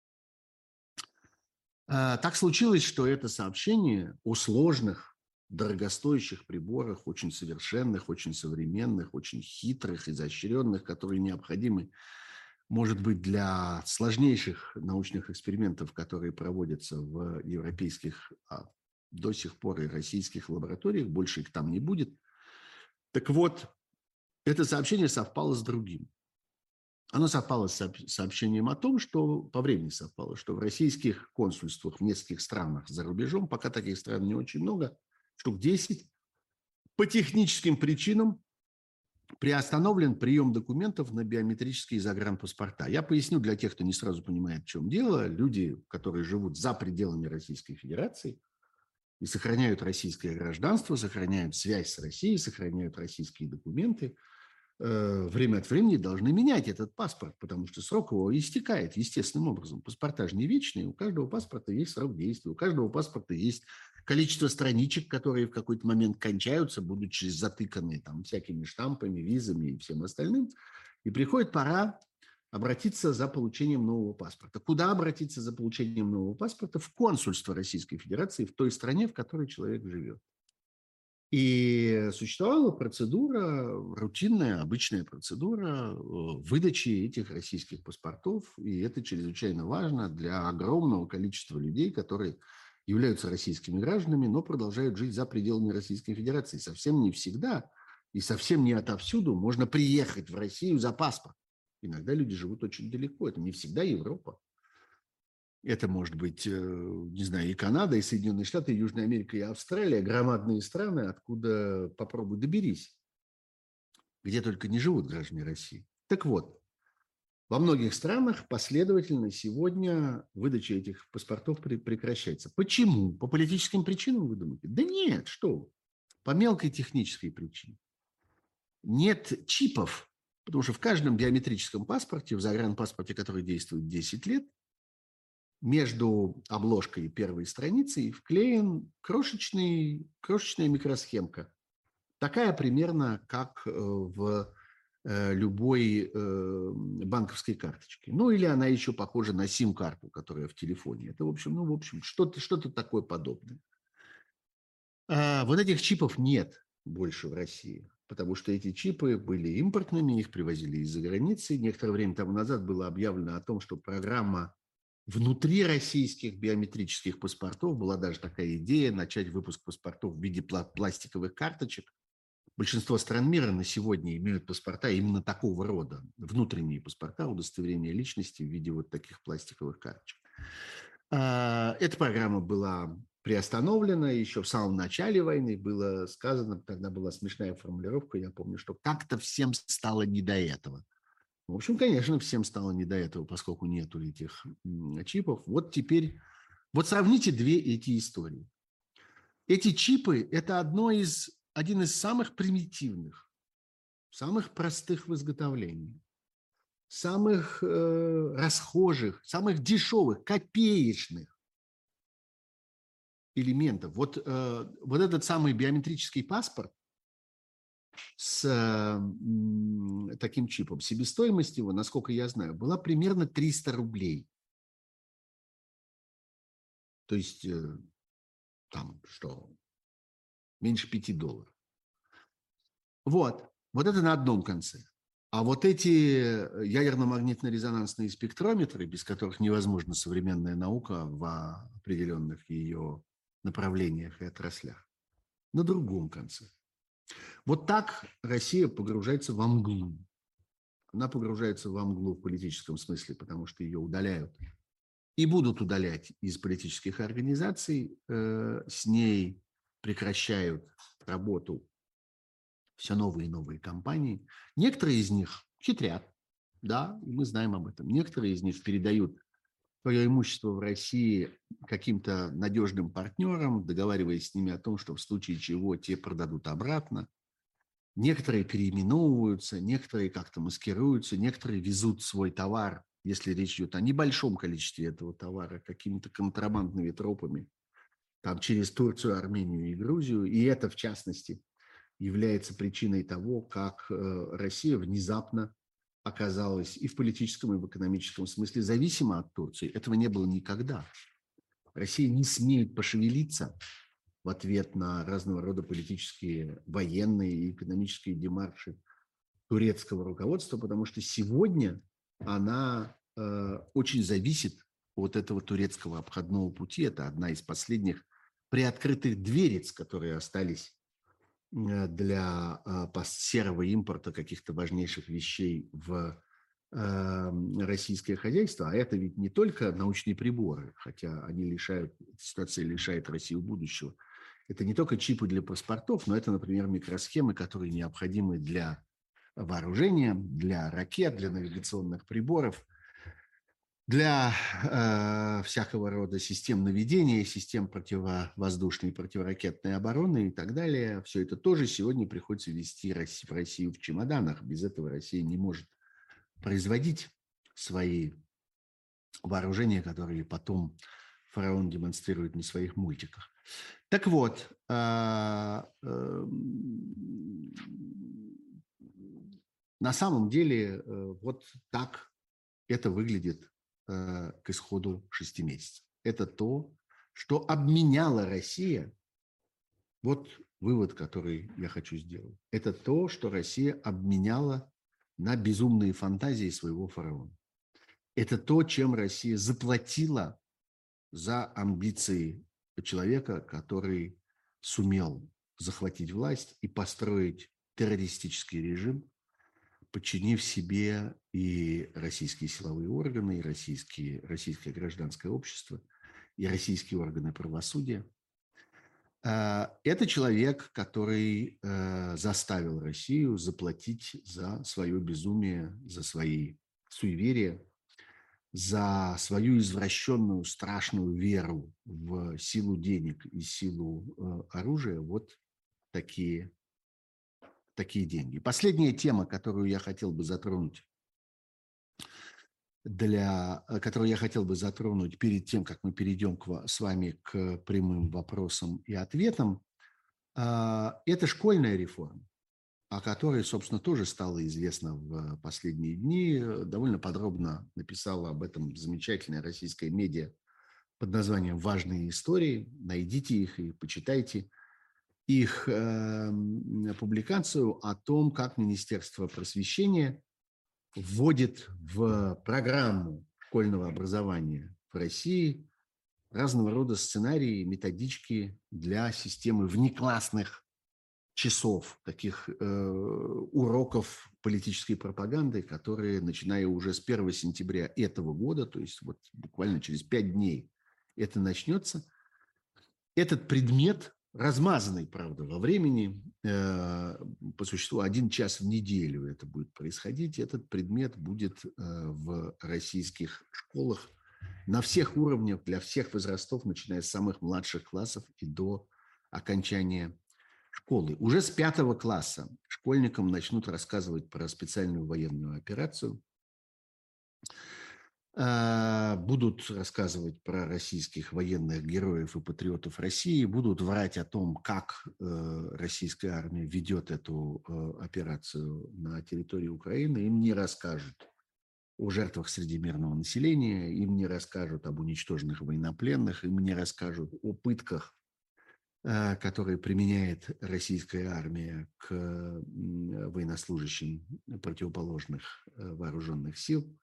Так случилось, что это сообщение о сложных, дорогостоящих приборах, очень совершенных, очень современных, очень хитрых, изощренных, которые необходимы, может быть, для сложнейших научных экспериментов, которые проводятся в европейских, а до сих пор и российских лабораториях, больше их там не будет. Так вот, это сообщение совпало с другим. Оно совпало с сообщением о том, что по времени совпало, что в российских консульствах в нескольких странах за рубежом, пока таких стран не очень много, штук десять, по техническим причинам приостановлен прием документов на биометрические загранпаспорта. Я поясню для тех, кто не сразу понимает, в чем дело. Люди, которые живут за пределами Российской Федерации и сохраняют российское гражданство, сохраняют связь с Россией, сохраняют российские документы, время от времени должны менять этот паспорт, потому что срок его истекает естественным образом. Паспорта же не вечные, у каждого паспорта есть срок действия, у каждого паспорта есть количество страничек, которые в какой-то момент кончаются, будучи затыканы там всякими штампами, визами и всем остальным. И приходит пора обратиться за получением нового паспорта. Куда обратиться за получением нового паспорта? В консульство Российской Федерации в той стране, в которой человек живет. И существовала процедура, рутинная, обычная процедура выдачи этих российских паспортов, и это чрезвычайно важно для огромного количества людей, которые являются российскими гражданами, но продолжают жить за пределами Российской Федерации. Совсем не всегда и совсем не отовсюду можно приехать в Россию за паспорт. Иногда люди живут очень далеко, это не всегда Европа. Это может быть, не знаю, и Канада, и Соединенные Штаты, и Южная Америка, и Австралия, громадные страны, откуда попробуй доберись, где только не живут граждане России. Так вот, во многих странах последовательно сегодня выдача этих паспортов прекращается. Почему? По политическим причинам, вы думаете? Да нет, что вы. По мелкой технической причине. Нет чипов, потому что в каждом биометрическом паспорте, в загранпаспорте, который действует десять лет, между обложкой и первой страницей вклеен крошечный, крошечная микросхемка. Такая примерно, как в любой банковской карточке. Ну, или она еще похожа на сим-карту, которая в телефоне. Это, в общем, ну, в общем, что-то, что-то такое подобное. А вот этих чипов нет больше в России, потому что эти чипы были импортными, их привозили из-за границы. Некоторое время тому назад было объявлено о том, что программа внутри российских биометрических паспортов, была даже такая идея начать выпуск паспортов в виде пластиковых карточек. Большинство стран мира на сегодня имеют паспорта именно такого рода, внутренние паспорта, удостоверения личности в виде вот таких пластиковых карточек. Эта программа была приостановлена еще в самом начале войны, было сказано, тогда была смешная формулировка, я помню, что как-то всем стало не до этого. В общем, конечно, всем стало не до этого, поскольку нету этих чипов. Вот теперь, вот сравните две эти истории. Эти чипы – это одно из, один из самых примитивных, самых простых в изготовлении, самых э, расхожих, самых дешевых, копеечных элементов. Вот, э, вот этот самый биометрический паспорт с э, таким чипом, себестоимость его, насколько я знаю, была примерно триста рублей. То есть э, там что, меньше пяти долларов. Вот, вот это на одном конце. А вот эти ядерно-магнитно-резонансные спектрометры, без которых невозможна современная наука в определенных ее направлениях и отраслях, на другом конце. Вот так Россия погружается во мглу. Она погружается во мглу в политическом смысле, потому что ее удаляют и будут удалять из политических организаций. С ней прекращают работу все новые и новые компании. Некоторые из них хитрят, да, и мы знаем об этом. Некоторые из них передают свое имущество в России каким-то надежным партнерам, договариваясь с ними о том, что в случае чего те продадут обратно. Некоторые переименовываются, некоторые как-то маскируются, некоторые везут свой товар, если речь идет о небольшом количестве этого товара, какими-то контрабандными тропами, там через Турцию, Армению и Грузию. И это, в частности, является причиной того, как Россия внезапно оказалась и в политическом, и в экономическом смысле зависима от Турции. Этого не было никогда. Россия не смеет пошевелиться в ответ на разного рода политические, военные и экономические демарши турецкого руководства, потому что сегодня она э, очень зависит от этого турецкого обходного пути. Это одна из последних приоткрытых дверец, которые остались для серого импорта каких-то важнейших вещей в российское хозяйство, а это ведь не только научные приборы, хотя они лишают, ситуация лишает Россию будущего. Это не только чипы для паспортов, но это, например, микросхемы, которые необходимы для вооружения, для ракет, для навигационных приборов, для э, всякого рода систем наведения, систем противовоздушной и противоракетной обороны и так далее. Все это тоже сегодня приходится везти в Россию в чемоданах. Без этого Россия не может производить свои вооружения, которые потом фараон демонстрирует на своих мультиках. Так вот, на самом деле вот так это выглядит к исходу шести месяцев. Это то, что обменяла Россия. Вот вывод, который я хочу сделать. Это то, что Россия обменяла на безумные фантазии своего фараона. Это то, чем Россия заплатила за амбиции человека, который сумел захватить власть и построить террористический режим, подчинив себе и российские силовые органы, и российские, российское гражданское общество, и российские органы правосудия. Это человек, который заставил Россию заплатить за свое безумие, за свои суеверия, за свою извращенную, страшную веру в силу денег и силу оружия. Вот такие, такие деньги. Последняя тема, которую я хотел бы затронуть, для, которую я хотел бы затронуть перед тем, как мы перейдем к, с вами к прямым вопросам и ответам, это школьная реформа, о которой, собственно, тоже стало известно в последние дни. Довольно подробно написала об этом замечательная российская медиа под названием «Важные истории». Найдите их и почитайте их э, публикацию о том, как Министерство просвещения вводит в программу школьного образования в России разного рода сценарии, методички для системы внеклассных часов, таких э, уроков политической пропаганды, которые, начиная уже с первого сентября этого года, то есть вот буквально через пять дней это начнется, этот предмет, размазанный, правда, во времени, э, по существу один час в неделю это будет происходить, этот предмет будет э, в российских школах на всех уровнях, для всех возрастов, начиная с самых младших классов и до окончания школы. Уже с пятого класса школьникам начнут рассказывать про специальную военную операцию, будут рассказывать про российских военных героев и патриотов России, будут врать о том, как российская армия ведет эту операцию на территории Украины. Им не расскажут о жертвах среди мирного населения, им не расскажут об уничтоженных военнопленных, им не расскажут о пытках, которые применяет российская армия к военнослужащим противоположных вооруженных сил.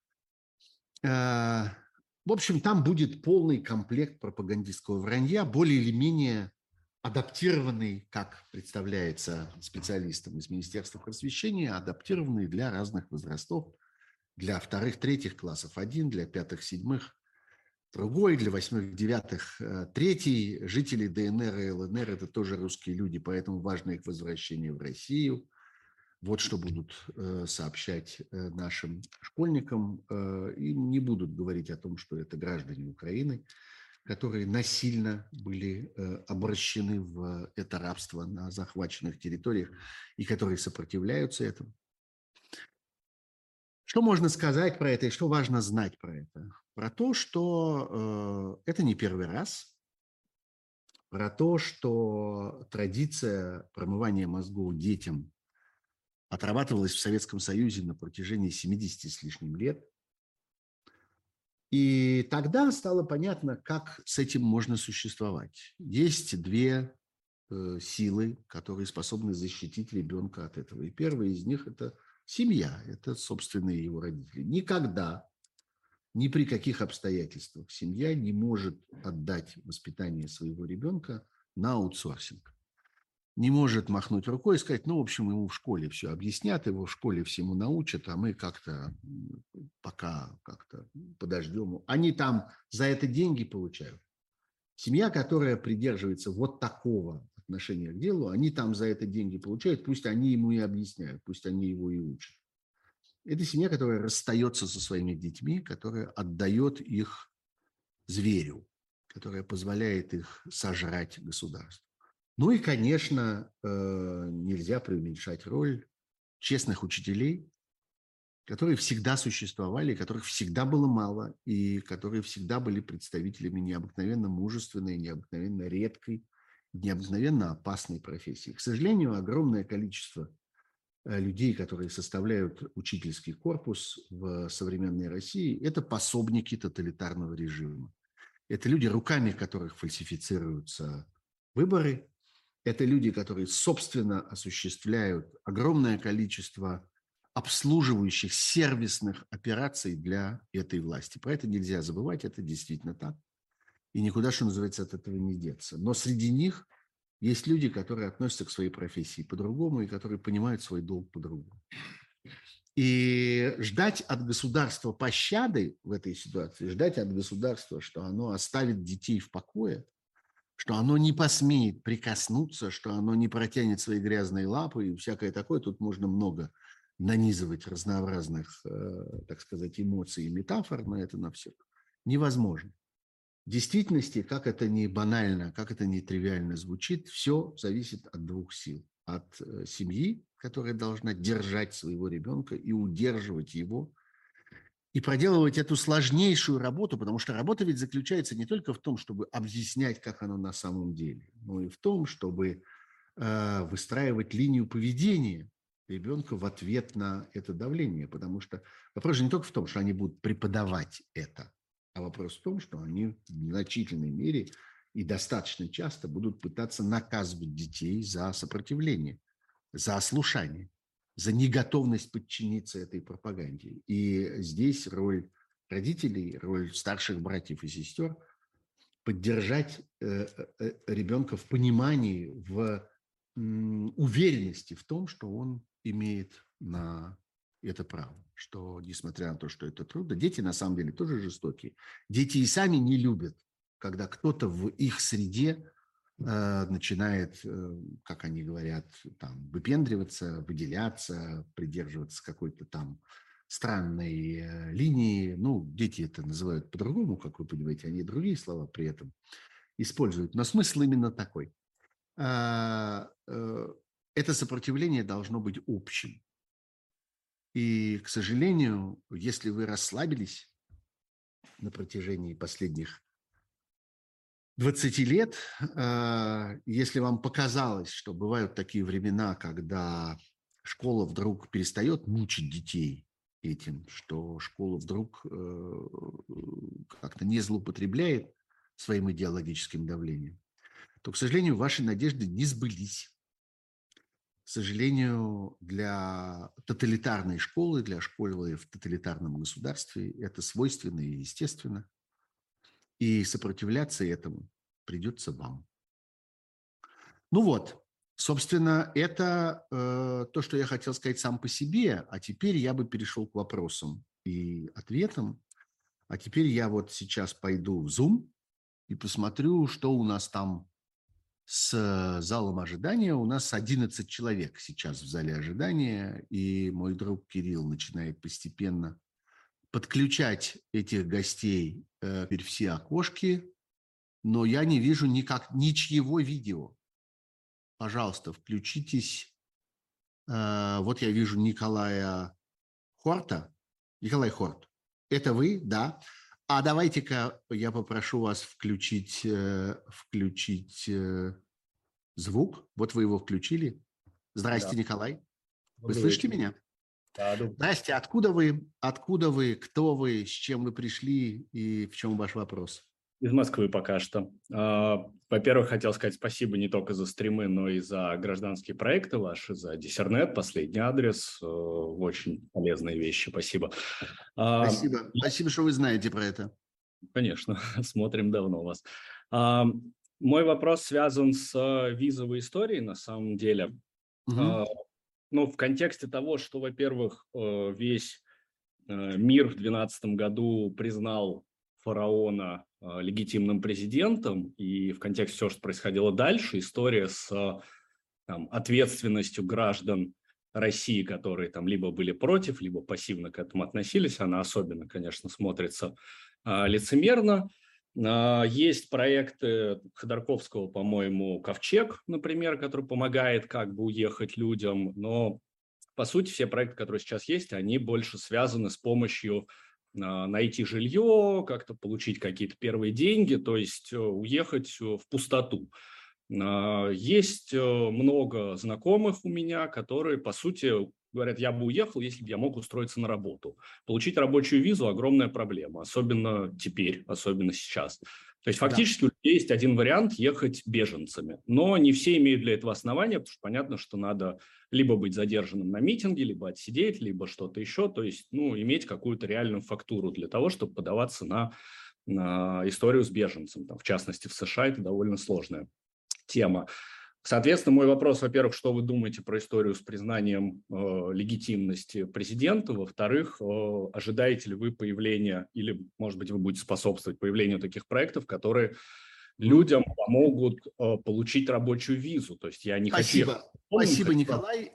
В общем, там будет полный комплект пропагандистского вранья, более или менее адаптированный, как представляется специалистам из Министерства просвещения, адаптированный для разных возрастов, для вторых, третьих классов один, для пятых, седьмых другой, для восьмых, девятых третий. Жители ДНР и ЛНР – это тоже русские люди, поэтому важно их возвращение в Россию. Вот что будут сообщать нашим школьникам. Им не будут говорить о том, что это граждане Украины, которые насильно были обращены в это рабство на захваченных территориях и которые сопротивляются этому. Что можно сказать про это и что важно знать про это? Про то, что э, это не первый раз, про то, что традиция промывания мозгов детям отрабатывалась в Советском Союзе на протяжении семидесяти с лишним лет. И тогда стало понятно, как с этим можно существовать. Есть две э, силы, которые способны защитить ребенка от этого. И первая из них – это семья, это собственные его родители. Никогда, ни при каких обстоятельствах семья не может отдать воспитание своего ребенка на аутсорсинг. не может махнуть рукой и сказать, ну, в общем, ему в школе все объяснят, его в школе всему научат, а мы как-то пока как-то подождем. Они там за это деньги получают. Семья, которая придерживается вот такого отношения к делу, они там за это деньги получают, пусть они ему и объясняют, пусть они его и учат. Это семья, которая расстается со своими детьми, которая отдает их зверю, которая позволяет их сожрать государству. Ну и, конечно, нельзя преуменьшать роль честных учителей, которые всегда существовали, которых всегда было мало, и которые всегда были представителями необыкновенно мужественной, необыкновенно редкой, необыкновенно опасной профессии. К сожалению, огромное количество людей, которые составляют учительский корпус в современной России, это пособники тоталитарного режима. Это люди, руками которых фальсифицируются выборы. Это люди, которые, собственно, осуществляют огромное количество обслуживающих сервисных операций для этой власти. Про это нельзя забывать, это действительно так. И никуда, что называется, от этого не деться. Но среди них есть люди, которые относятся к своей профессии по-другому и которые понимают свой долг по-другому. И ждать от государства пощады в этой ситуации, ждать от государства, что оно оставит детей в покое, что оно не посмеет прикоснуться, что оно не протянет свои грязные лапы и всякое такое. Тут можно много нанизывать разнообразных, так сказать, эмоций и метафор на это, на все. Невозможно. В действительности, как это не банально, как это не тривиально звучит, все зависит от двух сил. От семьи, которая должна держать своего ребенка и удерживать его, и проделывать эту сложнейшую работу, потому что работа ведь заключается не только в том, чтобы объяснять, как оно на самом деле, но и в том, чтобы э, выстраивать линию поведения ребенка в ответ на это давление. Потому что вопрос же не только в том, что они будут преподавать это, а вопрос в том, что они в значительной мере и достаточно часто будут пытаться наказывать детей за сопротивление, за ослушание, за неготовность подчиниться этой пропаганде. И здесь роль родителей, роль старших братьев и сестер поддержать ребенка в понимании, в уверенности в том, что он имеет на это право, что несмотря на то, что это трудно, дети на самом деле тоже жестокие. Дети и сами не любят, когда кто-то в их среде начинает, как они говорят, там, выпендриваться, выделяться, придерживаться какой-то там странной линии. Ну, дети это называют по-другому, как вы понимаете, они другие слова при этом используют. Но смысл именно такой. Это сопротивление должно быть общим. И, к сожалению, если вы расслабились на протяжении последних двадцати лет, если вам показалось, что бывают такие времена, когда школа вдруг перестает мучить детей этим, что школа вдруг как-то не злоупотребляет своим идеологическим давлением, то, к сожалению, ваши надежды не сбылись. К сожалению, для тоталитарной школы, для школы в тоталитарном государстве это свойственно и естественно. И сопротивляться этому придется вам. Ну вот, собственно, это э, то, что я хотел сказать сам по себе. А теперь я бы перешел к вопросам и ответам. А теперь я вот сейчас пойду в Zoom и посмотрю, что у нас там с залом ожидания. У нас одиннадцать человек сейчас в зале ожидания. И мой друг Кирилл начинает постепенно подключать этих гостей э, теперь все окошки, но я не вижу никак, ничьего видео. Пожалуйста, включитесь. Э, вот я вижу Николая Хорта. Николай Хорт, это вы, да? А давайте-ка я попрошу вас включить, э, включить э, звук. Вот вы его включили. Здрасте, да. Николай. Вы слышите меня? Да, да. Здрасте, откуда вы? Откуда вы? Кто вы? С чем вы пришли? И в чем ваш вопрос? Из Москвы пока что. Во-первых, хотел сказать спасибо не только за стримы, но и за гражданские проекты ваши, за Диссернет, последний адрес. Очень полезные вещи. Спасибо. Спасибо. Спасибо, что вы знаете про это. Конечно, смотрим давно вас. Мой вопрос связан с э, визовой историей, на самом деле. Мгм. А, Ну, в контексте того, что, во-первых, э, весь э, мир в две тысячи двенадцатом году признал фараона э, легитимным президентом, и в контексте всего, что происходило дальше, история с э, там, ответственностью граждан России, которые там либо были против, либо пассивно к этому относились, она особенно, конечно, смотрится а, лицемерно. А, есть проекты Ходорковского, по-моему, «Ковчег», например, который помогает как бы уехать людям, но по сути все проекты, которые сейчас есть, они больше связаны с помощью а, найти жилье, как-то получить какие-то первые деньги, то есть э, уехать э, в пустоту. А, Есть э, много знакомых у меня, которые, по сути, говорят, я бы уехал, если бы я мог устроиться на работу. Получить рабочую визу – огромная проблема, особенно теперь, особенно сейчас. То есть Да. фактически у людей есть один вариант – ехать беженцами. Но не все имеют для этого основания, потому что понятно, что надо либо быть задержанным на митинге, либо отсидеть, либо что-то еще. То есть ну, иметь какую-то реальную фактуру для того, чтобы подаваться на, на историю с беженцем. Там, в частности, в США это довольно сложная тема. Соответственно, мой вопрос, во-первых, что вы думаете про историю с признанием э, легитимности президента? Во-вторых, э, ожидаете ли вы появления, или, может быть, вы будете способствовать появлению таких проектов, которые Мгм. людям помогут э, получить рабочую визу? То есть я не хочу ехать Спасибо. полным, Спасибо, хочу... Николай.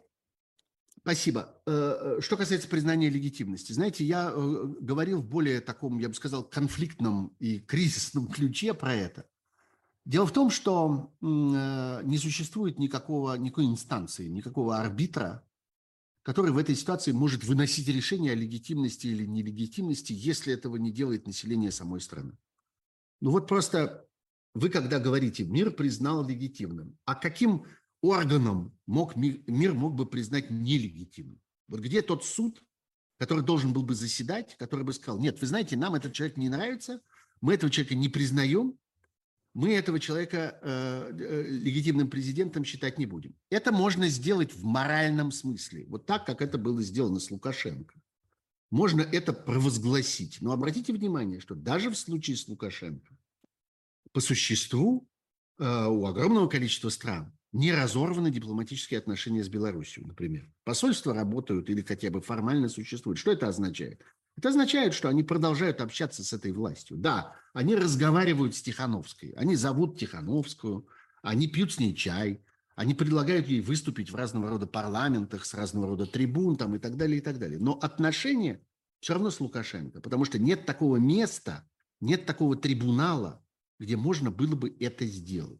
Спасибо. Э, э, Что касается признания легитимности, знаете, я э, говорил в более таком, я бы сказал, конфликтном и кризисном ключе про это. Дело в том, что м, э, не существует никакого, никакой инстанции, никакого арбитра, который в этой ситуации может выносить решение о легитимности или нелегитимности, если этого не делает население самой страны. Ну вот просто вы, когда говорите, мир признал легитимным, а каким органом мог мир, мир мог бы признать нелегитимным? Вот где тот суд, который должен был бы заседать, который бы сказал, нет, вы знаете, нам этот человек не нравится, мы этого человека не признаем, мы этого человека э, э, легитимным президентом считать не будем. Это можно сделать в моральном смысле, вот так, как это было сделано с Лукашенко. Можно это провозгласить. Но обратите внимание, что даже в случае с Лукашенко по существу э, у огромного количества стран не разорваны дипломатические отношения с Беларусью, например. Посольства работают или хотя бы формально существуют. Что это означает? Это означает, что они продолжают общаться с этой властью. Да, они разговаривают с Тихановской, они зовут Тихановскую, они пьют с ней чай, они предлагают ей выступить в разного рода парламентах, с разного рода трибун там, и так далее, и так далее. Но отношения все равно с Лукашенко, потому что нет такого места, нет такого трибунала, где можно было бы это сделать.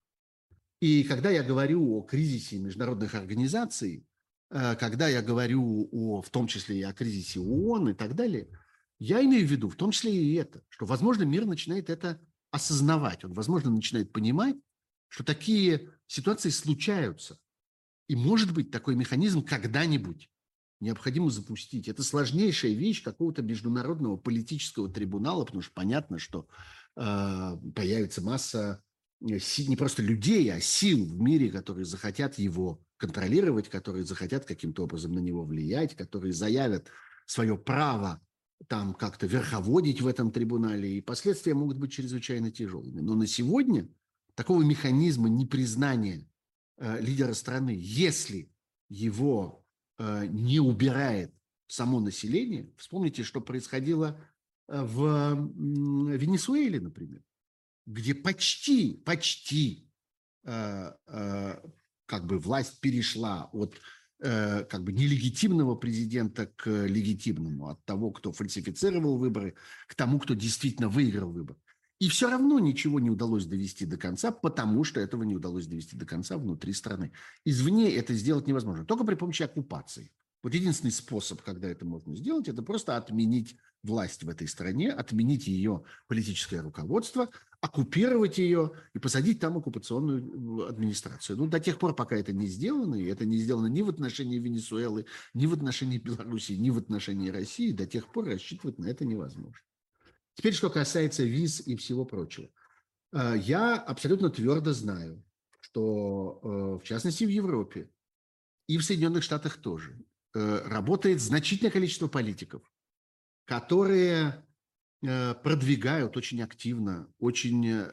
И когда я говорю о кризисе международных организаций, э, когда я говорю о, в том числе и о кризисе ООН и так далее, я имею в виду в том числе и это, что, возможно, мир начинает это осознавать, он, возможно, начинает понимать, что такие ситуации случаются. И, может быть, такой механизм когда-нибудь необходимо запустить. Это сложнейшая вещь какого-то международного политического трибунала, потому что понятно, что э, появится масса не просто людей, а сил в мире, которые захотят его контролировать, которые захотят каким-то образом на него влиять, которые заявят свое право там как-то верховодить в этом трибунале, и последствия могут быть чрезвычайно тяжелыми. Но на сегодня такого механизма непризнания э, лидера страны, если его э, не убирает само население, вспомните, что происходило в м, Венесуэле, например, где почти, почти э, э, как бы власть перешла от э, как бы нелегитимного президента к легитимному, от того, кто фальсифицировал выборы, к тому, кто действительно выиграл выборы. И все равно ничего не удалось довести до конца, потому что этого не удалось довести до конца внутри страны. Извне это сделать невозможно, только при помощи оккупации. Вот единственный способ, когда это можно сделать, это просто отменить власть в этой стране, отменить ее политическое руководство, оккупировать ее и посадить там оккупационную администрацию. Ну, до тех пор, пока это не сделано, и это не сделано ни в отношении Венесуэлы, ни в отношении Белоруссии, ни в отношении России, до тех пор рассчитывать на это невозможно. Теперь, что касается виз и всего прочего. Я абсолютно твердо знаю, что, в частности, в Европе и в Соединенных Штатах тоже работает значительное количество политиков, которые продвигают очень активно, очень э,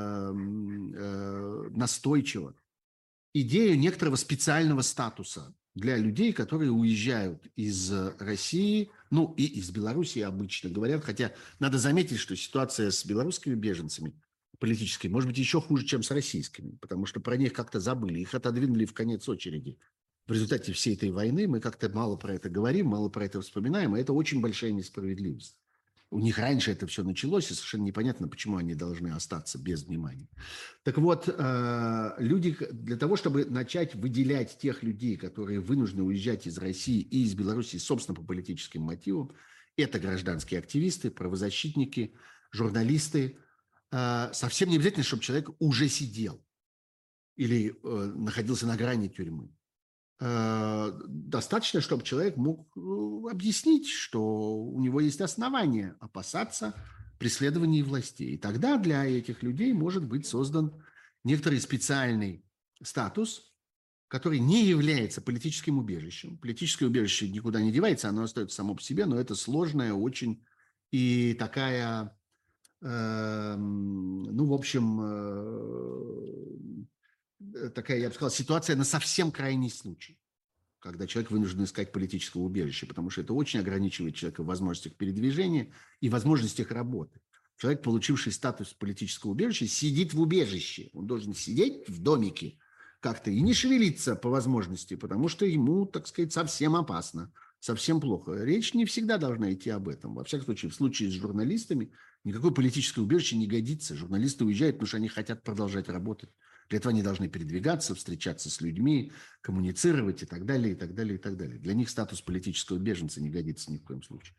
э, настойчиво идею некоторого специального статуса для людей, которые уезжают из России, ну и из Белоруссии обычно говорят, хотя надо заметить, что ситуация с белорусскими беженцами политической может быть еще хуже, чем с российскими, потому что про них как-то забыли, их отодвинули в конец очереди. В результате всей этой войны мы как-то мало про это говорим, мало про это вспоминаем, и это очень большая несправедливость. У них раньше это все началось, и совершенно непонятно, почему они должны остаться без внимания. Так вот, люди, для того, чтобы начать выделять тех людей, которые вынуждены уезжать из России и из Беларуси, собственно, по политическим мотивам, это гражданские активисты, правозащитники, журналисты. Совсем не обязательно, чтобы человек уже сидел или находился на грани тюрьмы. Достаточно, чтобы человек мог объяснить, что у него есть основания опасаться преследований властей. И тогда для этих людей может быть создан некоторый специальный статус, который не является политическим убежищем. Политическое убежище никуда не девается, оно остается само по себе, но это сложная очень и такая, э, ну, в общем, э, такая, я бы сказал, ситуация на совсем крайний случай, когда человек вынужден искать политическое убежище, потому что это очень ограничивает человека в возможностях передвижения и возможностях работы. Человек, получивший статус политического убежища, сидит в убежище. Он должен сидеть в домике как-то и не шевелиться по возможности, потому что ему, так сказать, совсем опасно, совсем плохо. Речь не всегда должна идти об этом. Во всяком случае, в случае с журналистами никакое политическое убежище не годится. Журналисты уезжают, потому что они хотят продолжать работать. Для этого они должны передвигаться, встречаться с людьми, коммуницировать и так далее, и так далее, и так далее. Для них статус политического беженца не годится ни в коем случае.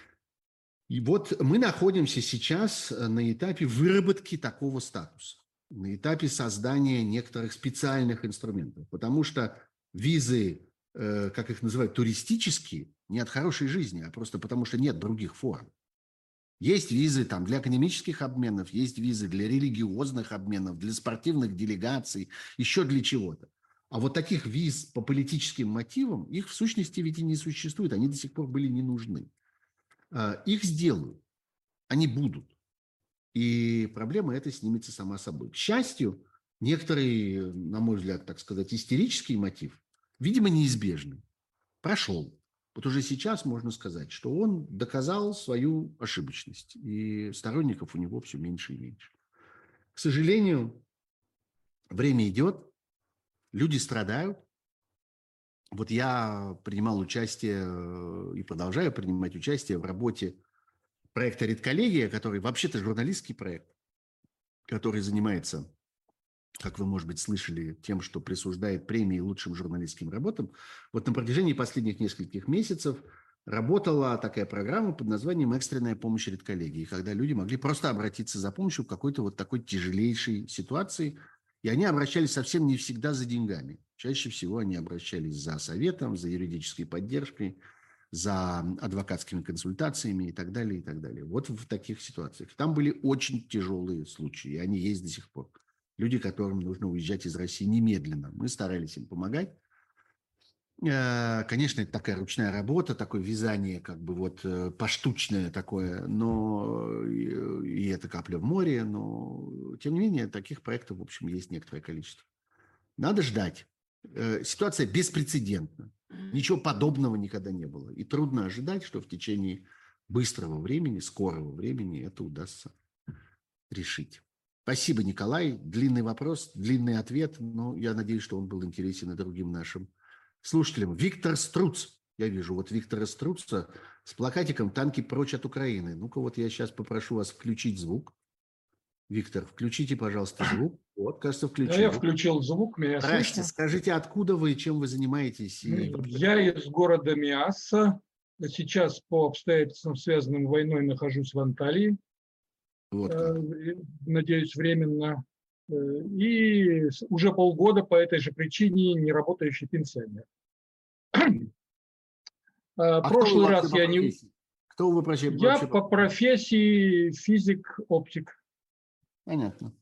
И вот мы находимся сейчас на этапе выработки такого статуса, на этапе создания некоторых специальных инструментов, потому что визы, как их называют, туристические, не от хорошей жизни, а просто потому что нет других форм. Есть визы там для экономических обменов, есть визы для религиозных обменов, для спортивных делегаций, еще для чего-то. А вот таких виз по политическим мотивам, их в сущности ведь и не существует, они до сих пор были не нужны. Их сделают, они будут. И проблема эта снимется сама собой. К счастью, некоторый, на мой взгляд, так сказать, истерический мотив, видимо, неизбежный, прошел. Вот уже сейчас можно сказать, что он доказал свою ошибочность, и сторонников у него все меньше и меньше. К сожалению, время идет, люди страдают. Вот я принимал участие и продолжаю принимать участие в работе проекта «Редколлегия», который вообще-то журналистский проект, который занимается, как вы, может быть, слышали, тем, что присуждает премии лучшим журналистским работам. Вот на протяжении последних нескольких месяцев работала такая программа под названием «Экстренная помощь редколлегии», когда люди могли просто обратиться за помощью в какой-то вот такой тяжелейшей ситуации, и они обращались совсем не всегда за деньгами. Чаще всего они обращались за советом, за юридической поддержкой, за адвокатскими консультациями и так далее, и так далее. Вот в таких ситуациях. Там были очень тяжелые случаи, и они есть до сих пор. Люди, которым нужно уезжать из России немедленно. Мы старались им помогать. Конечно, это такая ручная работа, такое вязание, как бы вот поштучное такое, но и это капля в море, но тем не менее таких проектов, в общем, есть некоторое количество. Надо ждать. Ситуация беспрецедентна. Ничего подобного никогда не было. И трудно ожидать, что в течение быстрого времени, скорого времени это удастся решить. Спасибо, Николай. Длинный вопрос, длинный ответ, но я надеюсь, что он был интересен и другим нашим слушателям. Виктор Струц. Я вижу вот Виктора Струца с плакатиком «Танки прочь от Украины». Ну-ка вот я сейчас попрошу вас включить звук. Виктор, включите, пожалуйста, звук. Вот, кажется, включил. Да, я включил звук, меня Здрасте, слышно? Скажите, откуда вы и чем вы занимаетесь? И... Я из города Миасса. Сейчас по обстоятельствам, связанным с войной, нахожусь в Анталии. Вот Надеюсь, временно. И уже полгода по этой же причине не работающий пенсионер. А Прошлый раз я не... Кто вы вообще? Я по профессии физик-оптик. Понятно.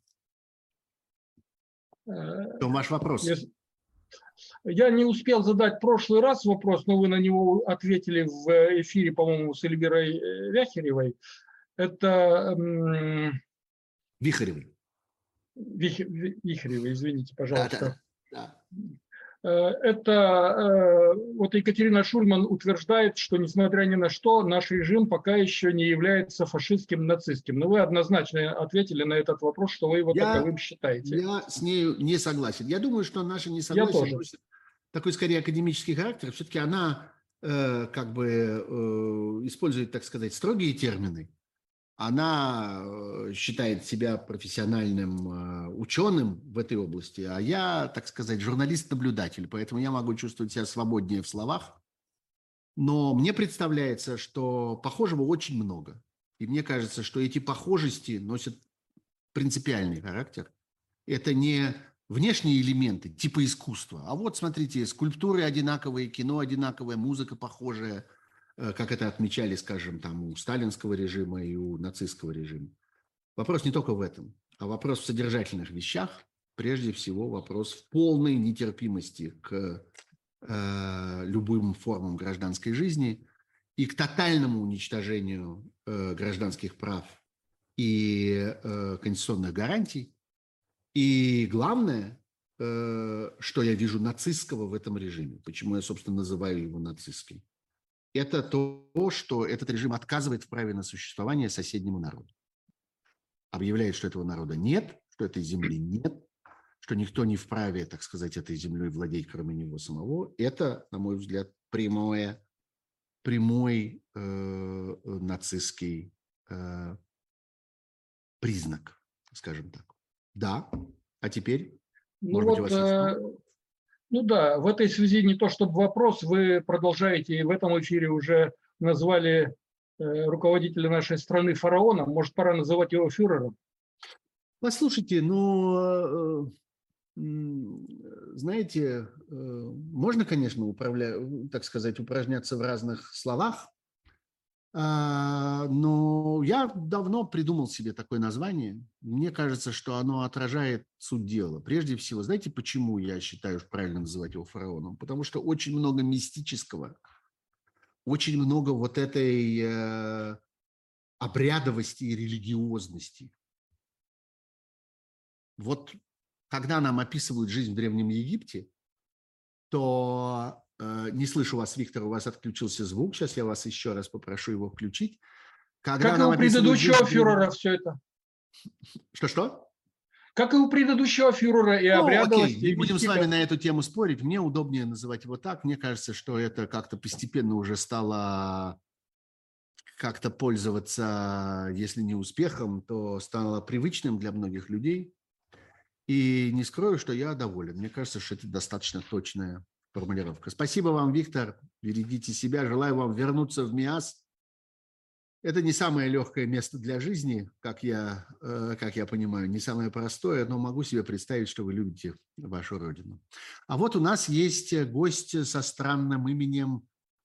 В чем ваш вопрос? Я не успел задать в прошлый раз вопрос, но вы на него ответили в эфире, по-моему, с Эльвирой Вяхеревой. это м, Вихаревой. Вих- Ви- Вихревой, извините, Да, пожалуйста. да, да. Э, Это э, вот Екатерина Шульман утверждает, что несмотря ни на что, наш режим пока еще не является фашистским, нацистским. Но вы однозначно ответили на этот вопрос, что вы его Я, таковым считаете. я с нею не согласен. Я думаю, что наше Я несогласие тоже. носит такой скорее академический характер. Все-таки она э, как бы э, использует, так сказать, строгие термины. Она э, считает себя профессиональным э, ученым в этой области, а я, так сказать, журналист-наблюдатель, поэтому я могу чувствовать себя свободнее в словах. Но мне представляется, что похожего очень много. И мне кажется, что эти похожести носят принципиальный характер. Это не внешние элементы типа искусства. А вот, смотрите, скульптуры одинаковые, кино одинаковое, музыка похожая, э, как это отмечали, скажем, там у сталинского режима и у нацистского режима. Вопрос не только в этом, а вопрос в содержательных вещах. Прежде всего вопрос в полной нетерпимости к э, любым формам гражданской жизни и к тотальному уничтожению э, гражданских прав и э, конституционных гарантий. И главное, э, что я вижу нацистского в этом режиме, почему я, собственно, называю его нацистским, это то, что этот режим отказывает в праве на существование соседнему народу. Объявляет, что этого народа нет, что этой земли нет, что никто не вправе, так сказать, этой землей владеть, кроме него самого. Это, на мой взгляд, прямое, прямой э, нацистский э, признак, скажем так. Да, а теперь, Ну может быть, у вот, вас есть... э, ну да, в этой связи не то чтобы вопрос, вы продолжаете, и в этом эфире уже назвали э, руководителя нашей страны фараоном, может, пора называть его фюрером? Послушайте, ну, э, м, знаете, э, можно, конечно, управля... так сказать, упражняться в разных словах, а, но я давно придумал себе такое название. Мне кажется, что оно отражает суть дела. Прежде всего, знаете, почему я считаю, что правильно называть его фараоном? Потому что очень много мистического, очень много вот этой э, обрядовости и религиозности. Вот когда нам описывают жизнь в Древнем Египте, то э, не слышу вас, Виктор, у вас отключился звук. Сейчас я вас еще раз попрошу его включить. Когда Как и нам у описывают жизнь предыдущего в Древнем- фюрера все это. Что-что? Как и у предыдущего фюрера и Ну, окей, обрядовости, не и будем с мистика. вами на эту тему спорить. Мне удобнее называть его так. Мне кажется, что это как-то постепенно уже стало как-то пользоваться, если не успехом, то стало привычным для многих людей. И не скрою, что я доволен. Мне кажется, что это достаточно точная формулировка. Спасибо вам, Виктор. Берегите себя. Желаю вам вернуться в МИАС. Это не самое легкое место для жизни, как я, э, как я понимаю, не самое простое, но могу себе представить, что вы любите вашу родину. А вот у нас есть гость со странным именем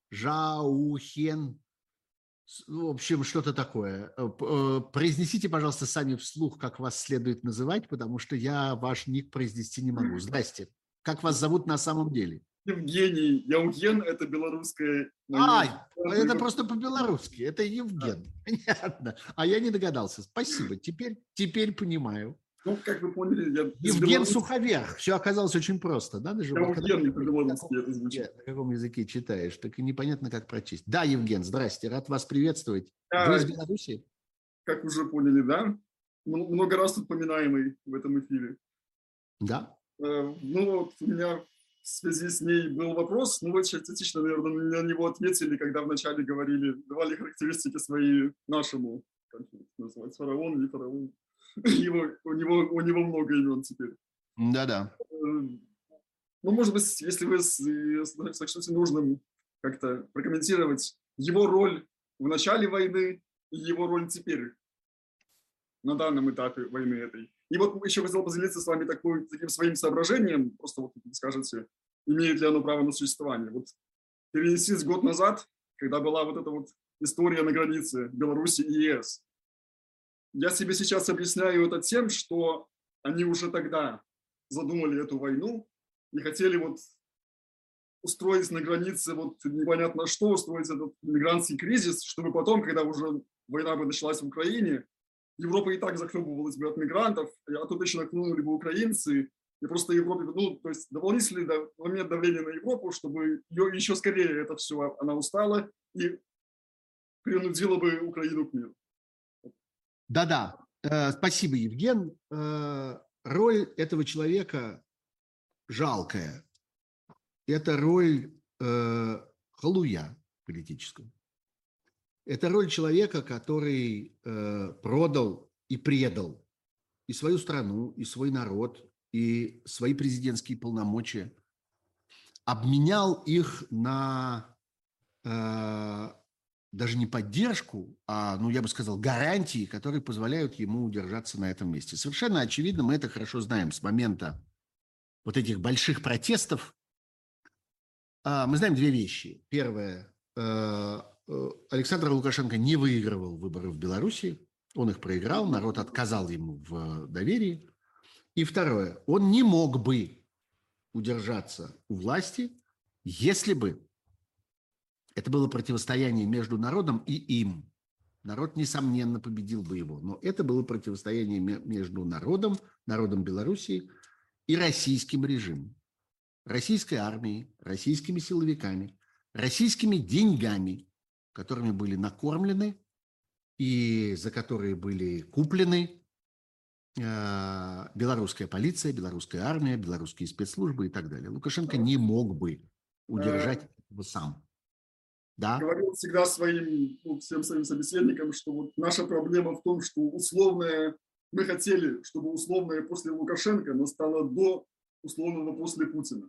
Жаухен. В общем, что-то такое. Произнесите, пожалуйста, сами вслух, как вас следует называть, потому что я ваш ник произнести не могу. Здрасте. Как вас зовут на самом деле? Евгений. Яуген – это белорусское... Ай, это просто по-белорусски. Это Евген. Понятно. А я не догадался. Спасибо. Теперь, теперь понимаю. Ну, как вы поняли, я... Евген Суховерх. Все оказалось очень просто. Да, даже вот, когда Яуген ты по-белорусски это звучит. на каком языке читаешь, так и непонятно, как прочесть. Да, Евген, здрасте. Рад вас приветствовать. Да, Вы из Беларуси? как уже поняли, да? М- Много раз упоминаемый в этом эфире. Да. Э, Ну, вот у меня в связи с ней был вопрос, ну, вы частично, наверное, на него ответили, когда вначале говорили, давали характеристики свои нашему, как это называется, фараон или фараон. Его, у, него, у него много имен теперь. Да-да. Э, Ну, может быть, если вы с- с- сочтете нужным как-то прокомментировать его роль в начале войны и его роль теперь, на данном этапе войны этой. И вот еще хотел поделиться с вами такой, таким своим соображением, просто вот скажете, имеет ли оно право на существование. Вот перенесись год назад, когда была вот эта вот история на границе Беларуси и ЕС. Я себе сейчас объясняю это тем, что они уже тогда задумали эту войну и хотели вот устроить на границе вот непонятно что, устроить этот мигрантский кризис, чтобы потом, когда уже война бы началась в Украине, Европа и так захлебывалась бы от мигрантов, а тут еще нахлынули бы украинцы, и просто Европе, ну, то есть дополнительный момент давления на Европу, чтобы ее еще скорее это все, она устала и принудила бы Украину к миру. Да-да, э, спасибо, Евген. Э, роль этого человека жалкая. Это роль э, халуя политического. Это роль человека, который э, продал и предал и свою страну, и свой народ, и свои президентские полномочия, обменял их на э, даже не поддержку, а, ну, я бы сказал, гарантии, которые позволяют ему удержаться на этом месте. Совершенно очевидно, мы это хорошо знаем с момента вот этих больших протестов. Э, мы знаем две вещи. Первое, э, Александр Лукашенко не выигрывал выборы в Беларуси, он их проиграл, народ отказал ему в доверии. И второе, он не мог бы удержаться у власти, если бы это было противостояние между народом и им. Народ, несомненно, победил бы его, но это было противостояние между народом, народом Белоруссии и российским режимом, российской армией, российскими силовиками, российскими деньгами, которыми были накормлены и за которые были куплены э, белорусская полиция, белорусская армия, белорусские спецслужбы и так далее. Лукашенко не мог бы удержать его сам. Да? Говорил всегда своим, ну, всем своим собеседникам, что вот наша проблема в том, что условное, мы хотели, чтобы условное после Лукашенко настало до условного после Путина.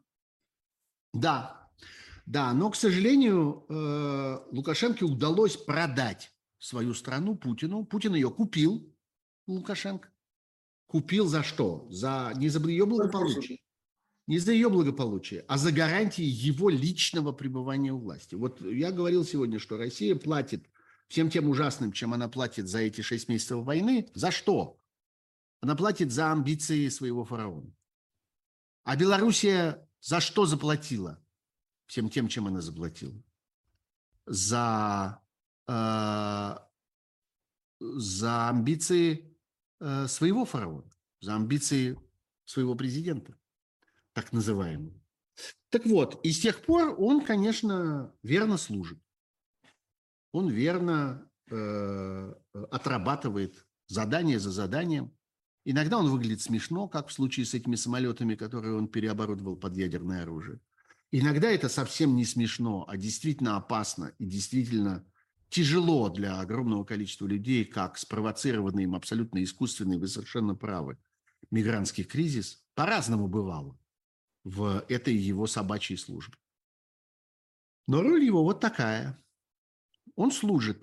Да, да, но, к сожалению, э, Лукашенко удалось продать свою страну Путину. Путин ее купил, Лукашенко. Купил за что? За, не за ее благополучие. Не за ее благополучие, а за гарантии его личного пребывания у власти. Вот я говорил сегодня, что Россия платит всем тем ужасным, чем она платит за эти шесть месяцев войны. За что? Она платит за амбиции своего фараона. А Белоруссия за что заплатила? Всем тем, чем она заплатила. За, э, за амбиции э, своего фараона, за амбиции своего президента, так называемого. Так вот, и с тех пор он, конечно, верно служит. Он верно э, отрабатывает задание за заданием. Иногда он выглядит смешно, как в случае с этими самолетами, которые он переоборудовал под ядерное оружие. Иногда это совсем не смешно, а действительно опасно и действительно тяжело для огромного количества людей, как спровоцированный им абсолютно искусственный, вы совершенно правы, мигрантский кризис. По-разному бывало в этой его собачьей службе. Но роль его вот такая. Он служит.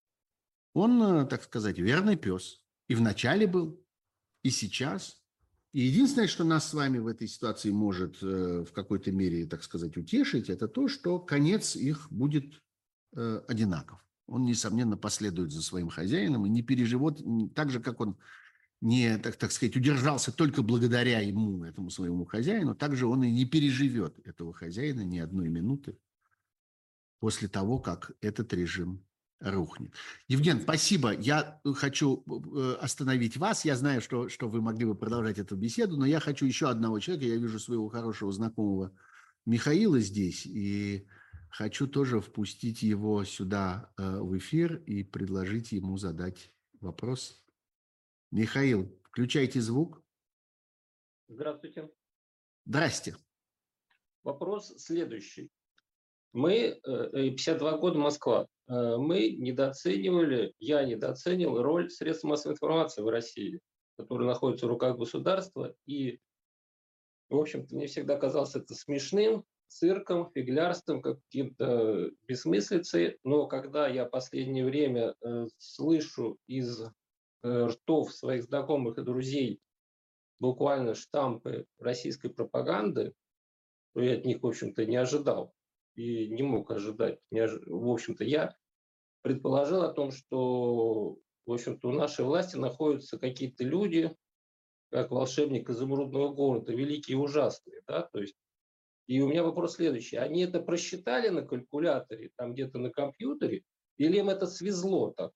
Он, так сказать, верный пес. И вначале был, и сейчас. И единственное, что нас с вами в этой ситуации может э, в какой-то мере, так сказать, утешить, это то, что конец их будет э, одинаков. Он, несомненно, последует за своим хозяином и не переживет, так же, как он не, так, так сказать, удержался только благодаря ему, этому своему хозяину, так же он и не переживет этого хозяина ни одной минуты после того, как этот режим рухнет. Евген, спасибо. Я хочу остановить вас. Я знаю, что, что вы могли бы продолжать эту беседу, но я хочу еще одного человека. Я вижу своего хорошего знакомого Михаила здесь, и хочу тоже впустить его сюда в эфир и предложить ему задать вопрос. Михаил, включайте звук. Здравствуйте. Здрасте. Вопрос следующий. Мы, пятьдесят два года, Москва, мы недооценивали, я недооценил роль средств массовой информации в России, которые находятся в руках государства. И, в общем-то, мне всегда казалось это смешным, цирком, фиглярством, каким-то бессмыслицей. Но когда я в последнее время слышу из ртов своих знакомых и друзей буквально штампы российской пропаганды, то я от них, в общем-то, не ожидал и не мог ожидать. Не ожи... В общем-то, я предположил о том, что, в общем-то, у нашей власти находятся какие-то люди, как волшебник изумрудного города, великие и ужасные, да, то есть. И у меня вопрос следующий: они это просчитали на калькуляторе, там где-то на компьютере, или им это свезло так?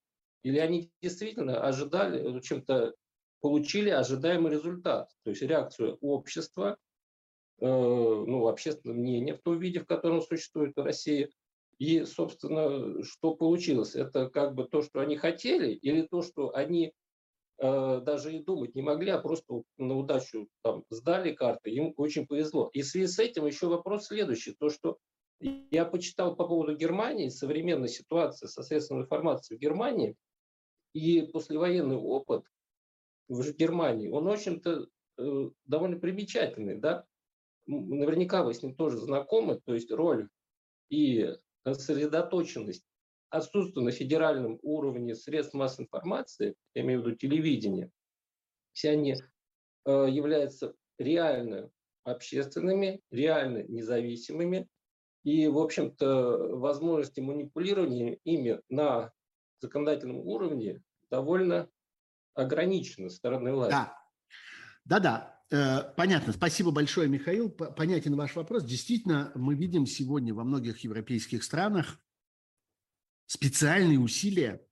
Или они действительно ожидали, чем-то получили ожидаемый результат, то есть реакцию общества, э, ну, общественного мнения в том виде, в котором существует в России. И, собственно, что получилось? Это как бы то, что они хотели, или то, что они э, даже и думать не могли, а просто на удачу там сдали карты, им очень повезло. И в связи с этим еще вопрос следующий, то, что я почитал по поводу Германии, современной ситуации со средствами информации в Германии, и послевоенный опыт в Германии, он, в общем-то, э, довольно примечательный, да? Наверняка вы с ним тоже знакомы, то есть роль и сосредоточенность отсутствия на федеральном уровне средств массовой информации, я имею в виду телевидение, все они э, являются реально общественными, реально независимыми, и, в общем-то, возможности манипулирования ими на законодательном уровне довольно ограничены со стороны власти. Да, да-да. Понятно. Спасибо большое, Михаил. Понятен ваш вопрос. Действительно, мы видим сегодня во многих европейских странах специальные усилия,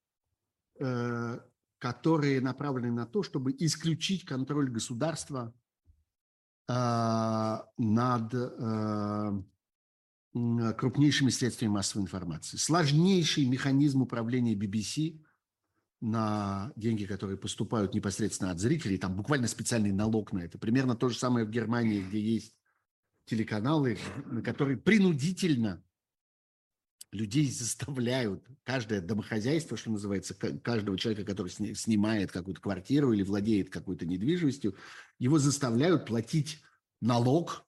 которые направлены на то, чтобы исключить контроль государства над крупнейшими средствами массовой информации. Сложнейший механизм управления би би си на деньги, которые поступают непосредственно от зрителей, там буквально специальный налог на это. Примерно то же самое в Германии, где есть телеканалы, на которые принудительно людей заставляют, каждое домохозяйство, что называется, каждого человека, который снимает какую-то квартиру или владеет какой-то недвижимостью, его заставляют платить налог,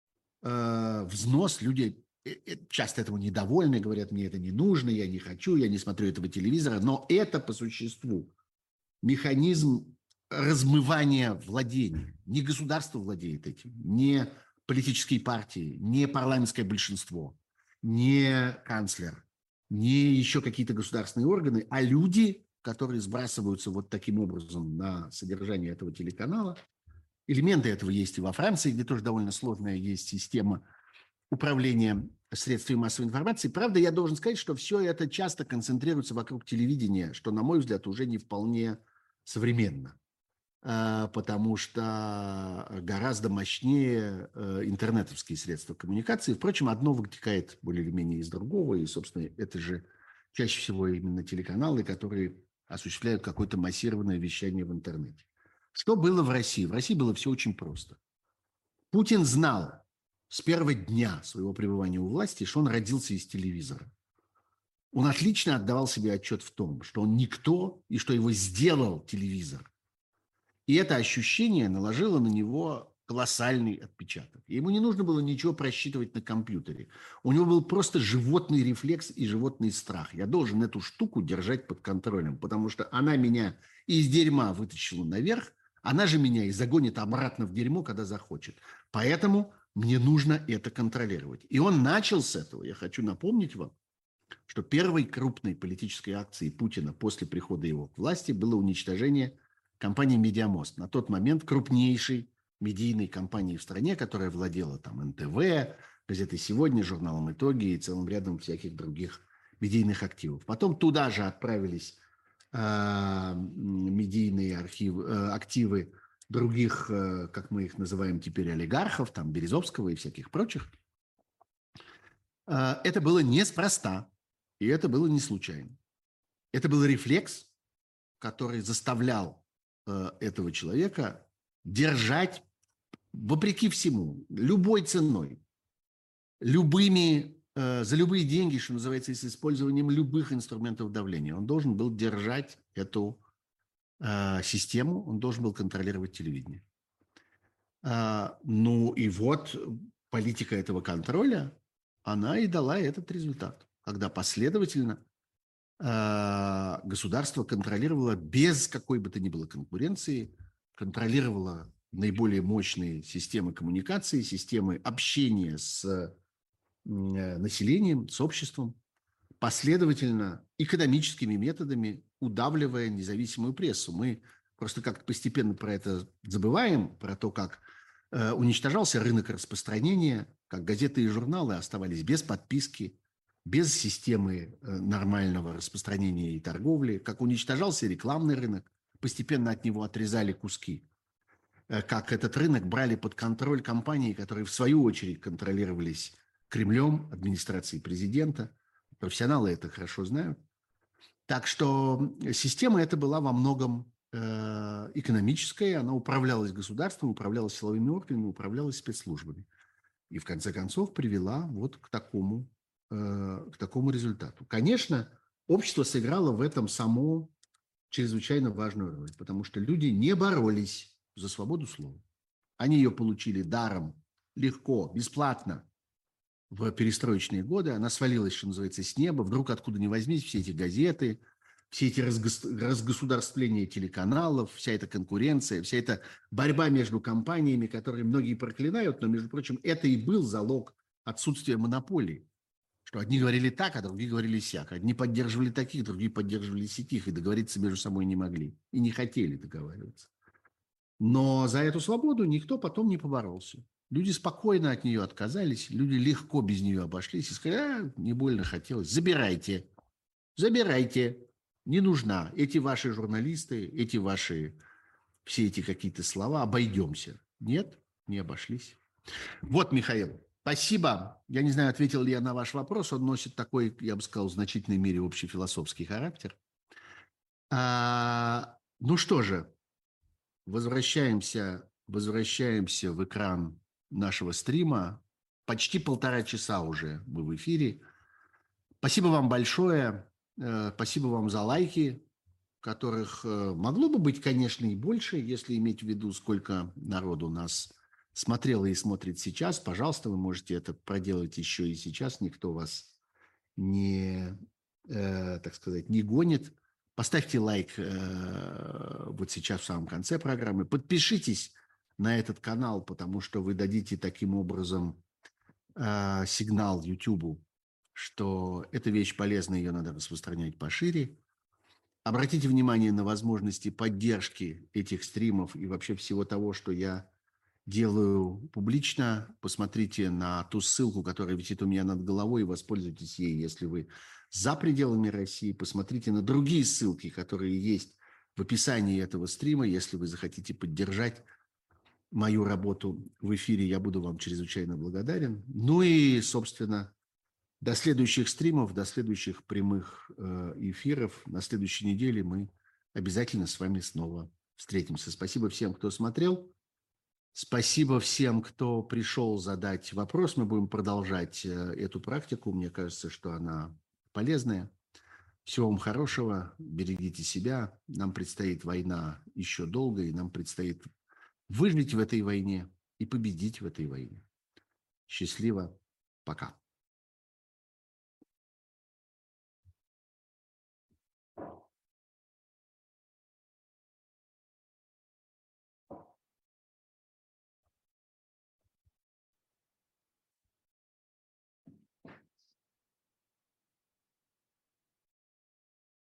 э, взнос. Люди часто этому недовольны, говорят, мне это не нужно, я не хочу, я не смотрю этого телевизора. Но это по существу механизм размывания владения. Не государство владеет этим, не политические партии, не парламентское большинство, не канцлер, не еще какие-то государственные органы, а люди, которые сбрасываются вот таким образом на содержание этого телеканала. Элементы этого есть и во Франции, где тоже довольно сложная есть система управления средствами массовой информации. Правда, я должен сказать, что все это часто концентрируется вокруг телевидения, что, на мой взгляд, уже не вполне современно, потому что гораздо мощнее интернетовские средства коммуникации. Впрочем, одно вытекает более или менее из другого, и, собственно, это же чаще всего именно телеканалы, которые осуществляют какое-то массированное вещание в интернете. Что было в России? В России было все очень просто. Путин знал с первого дня своего пребывания у власти, что он родился из телевизора. Он отлично отдавал себе отчет в том, что он никто и что его сделал телевизор. И это ощущение наложило на него колоссальный отпечаток. Ему не нужно было ничего просчитывать на компьютере. У него был просто животный рефлекс и животный страх. Я должен эту штуку держать под контролем, потому что она меня из дерьма вытащила наверх, она же меня и загонит обратно в дерьмо, когда захочет. Поэтому мне нужно это контролировать. И он начал с этого. Я хочу напомнить вам, что первой крупной политической акцией Путина после прихода его к власти было уничтожение компании «Медиамост». На тот момент крупнейшей медийной компании в стране, которая владела там эн тэ вэ, газетой «Сегодня», журналом «Итоги» и целым рядом всяких других медийных активов. Потом туда же отправились э, медийные архивы, э, активы других, э, как мы их называем теперь, олигархов, там Березовского и всяких прочих. Э, это было неспроста, и это было не случайно. Это был рефлекс, который заставлял э, этого человека держать, вопреки всему, любой ценой, любыми, э, за любые деньги, что называется, с использованием любых инструментов давления. Он должен был держать эту э, систему, он должен был контролировать телевидение. Э, ну и вот политика этого контроля, она и дала этот результат, когда последовательно э, государство контролировало без какой бы то ни было конкуренции, контролировало наиболее мощные системы коммуникации, системы общения с э, населением, с обществом, последовательно экономическими методами удавливая независимую прессу. Мы просто как-то постепенно про это забываем, про то, как уничтожался рынок распространения, как газеты и журналы оставались без подписки, без системы нормального распространения и торговли, как уничтожался рекламный рынок, постепенно от него отрезали куски, как этот рынок брали под контроль компании, которые в свою очередь контролировались Кремлем, администрацией президента. Профессионалы это хорошо знают. Так что система эта была во многом э, экономическая, она управлялась государством, управлялась силовыми органами, управлялась спецслужбами. И в конце концов привела вот к такому, э, к такому результату. Конечно, общество сыграло в этом само чрезвычайно важную роль, потому что люди не боролись за свободу слова. Они ее получили даром, легко, бесплатно в перестроечные годы. Она свалилась, что называется, с неба. Вдруг откуда ни возьмись, все эти газеты, все эти разгос... разгосударствления телеканалов, вся эта конкуренция, вся эта борьба между компаниями, которые многие проклинают, но, между прочим, это и был залог отсутствия монополии. Что одни говорили так, а другие говорили сяк. Одни поддерживали таких, другие поддерживали сяких, и договориться между собой не могли. И не хотели договариваться. Но за эту свободу никто потом не поборолся. Люди спокойно от нее отказались, люди легко без нее обошлись и сказали, а, не больно хотелось, забирайте, забирайте, не нужна. Эти ваши журналисты, эти ваши, все эти какие-то слова, обойдемся. Нет, не обошлись. Вот, Михаил, спасибо. Я не знаю, ответил ли я на ваш вопрос, он носит такой, я бы сказал, в значительной мере общефилософский характер. А, ну что же, возвращаемся, возвращаемся в экран нашего стрима. Почти полтора часа уже мы в эфире. Спасибо вам большое. Спасибо вам за лайки, которых могло бы быть, конечно, и больше, если иметь в виду, сколько народу нас смотрело и смотрит сейчас. Пожалуйста, вы можете это проделать еще и сейчас. Никто вас не, э, так сказать, не гонит. Поставьте лайк э, вот сейчас в самом конце программы. Подпишитесь на этот канал, потому что вы дадите таким образом э, сигнал YouTube, что эта вещь полезна, ее надо распространять пошире. Обратите внимание на возможности поддержки этих стримов и вообще всего того, что я делаю публично. Посмотрите на ту ссылку, которая висит у меня над головой, и воспользуйтесь ей, если вы за пределами России. Посмотрите на другие ссылки, которые есть в описании этого стрима. Если вы захотите поддержать мою работу в эфире, я буду вам чрезвычайно благодарен. Ну и, собственно, до следующих стримов, до следующих прямых эфиров. На следующей неделе мы обязательно с вами снова встретимся. Спасибо всем, кто смотрел. Спасибо всем, кто пришел задать вопрос. Мы будем продолжать эту практику. Мне кажется, что она полезная. Всего вам хорошего. Берегите себя. Нам предстоит война еще долго, и нам предстоит выжить в этой войне и победить в этой войне. Счастливо. Пока.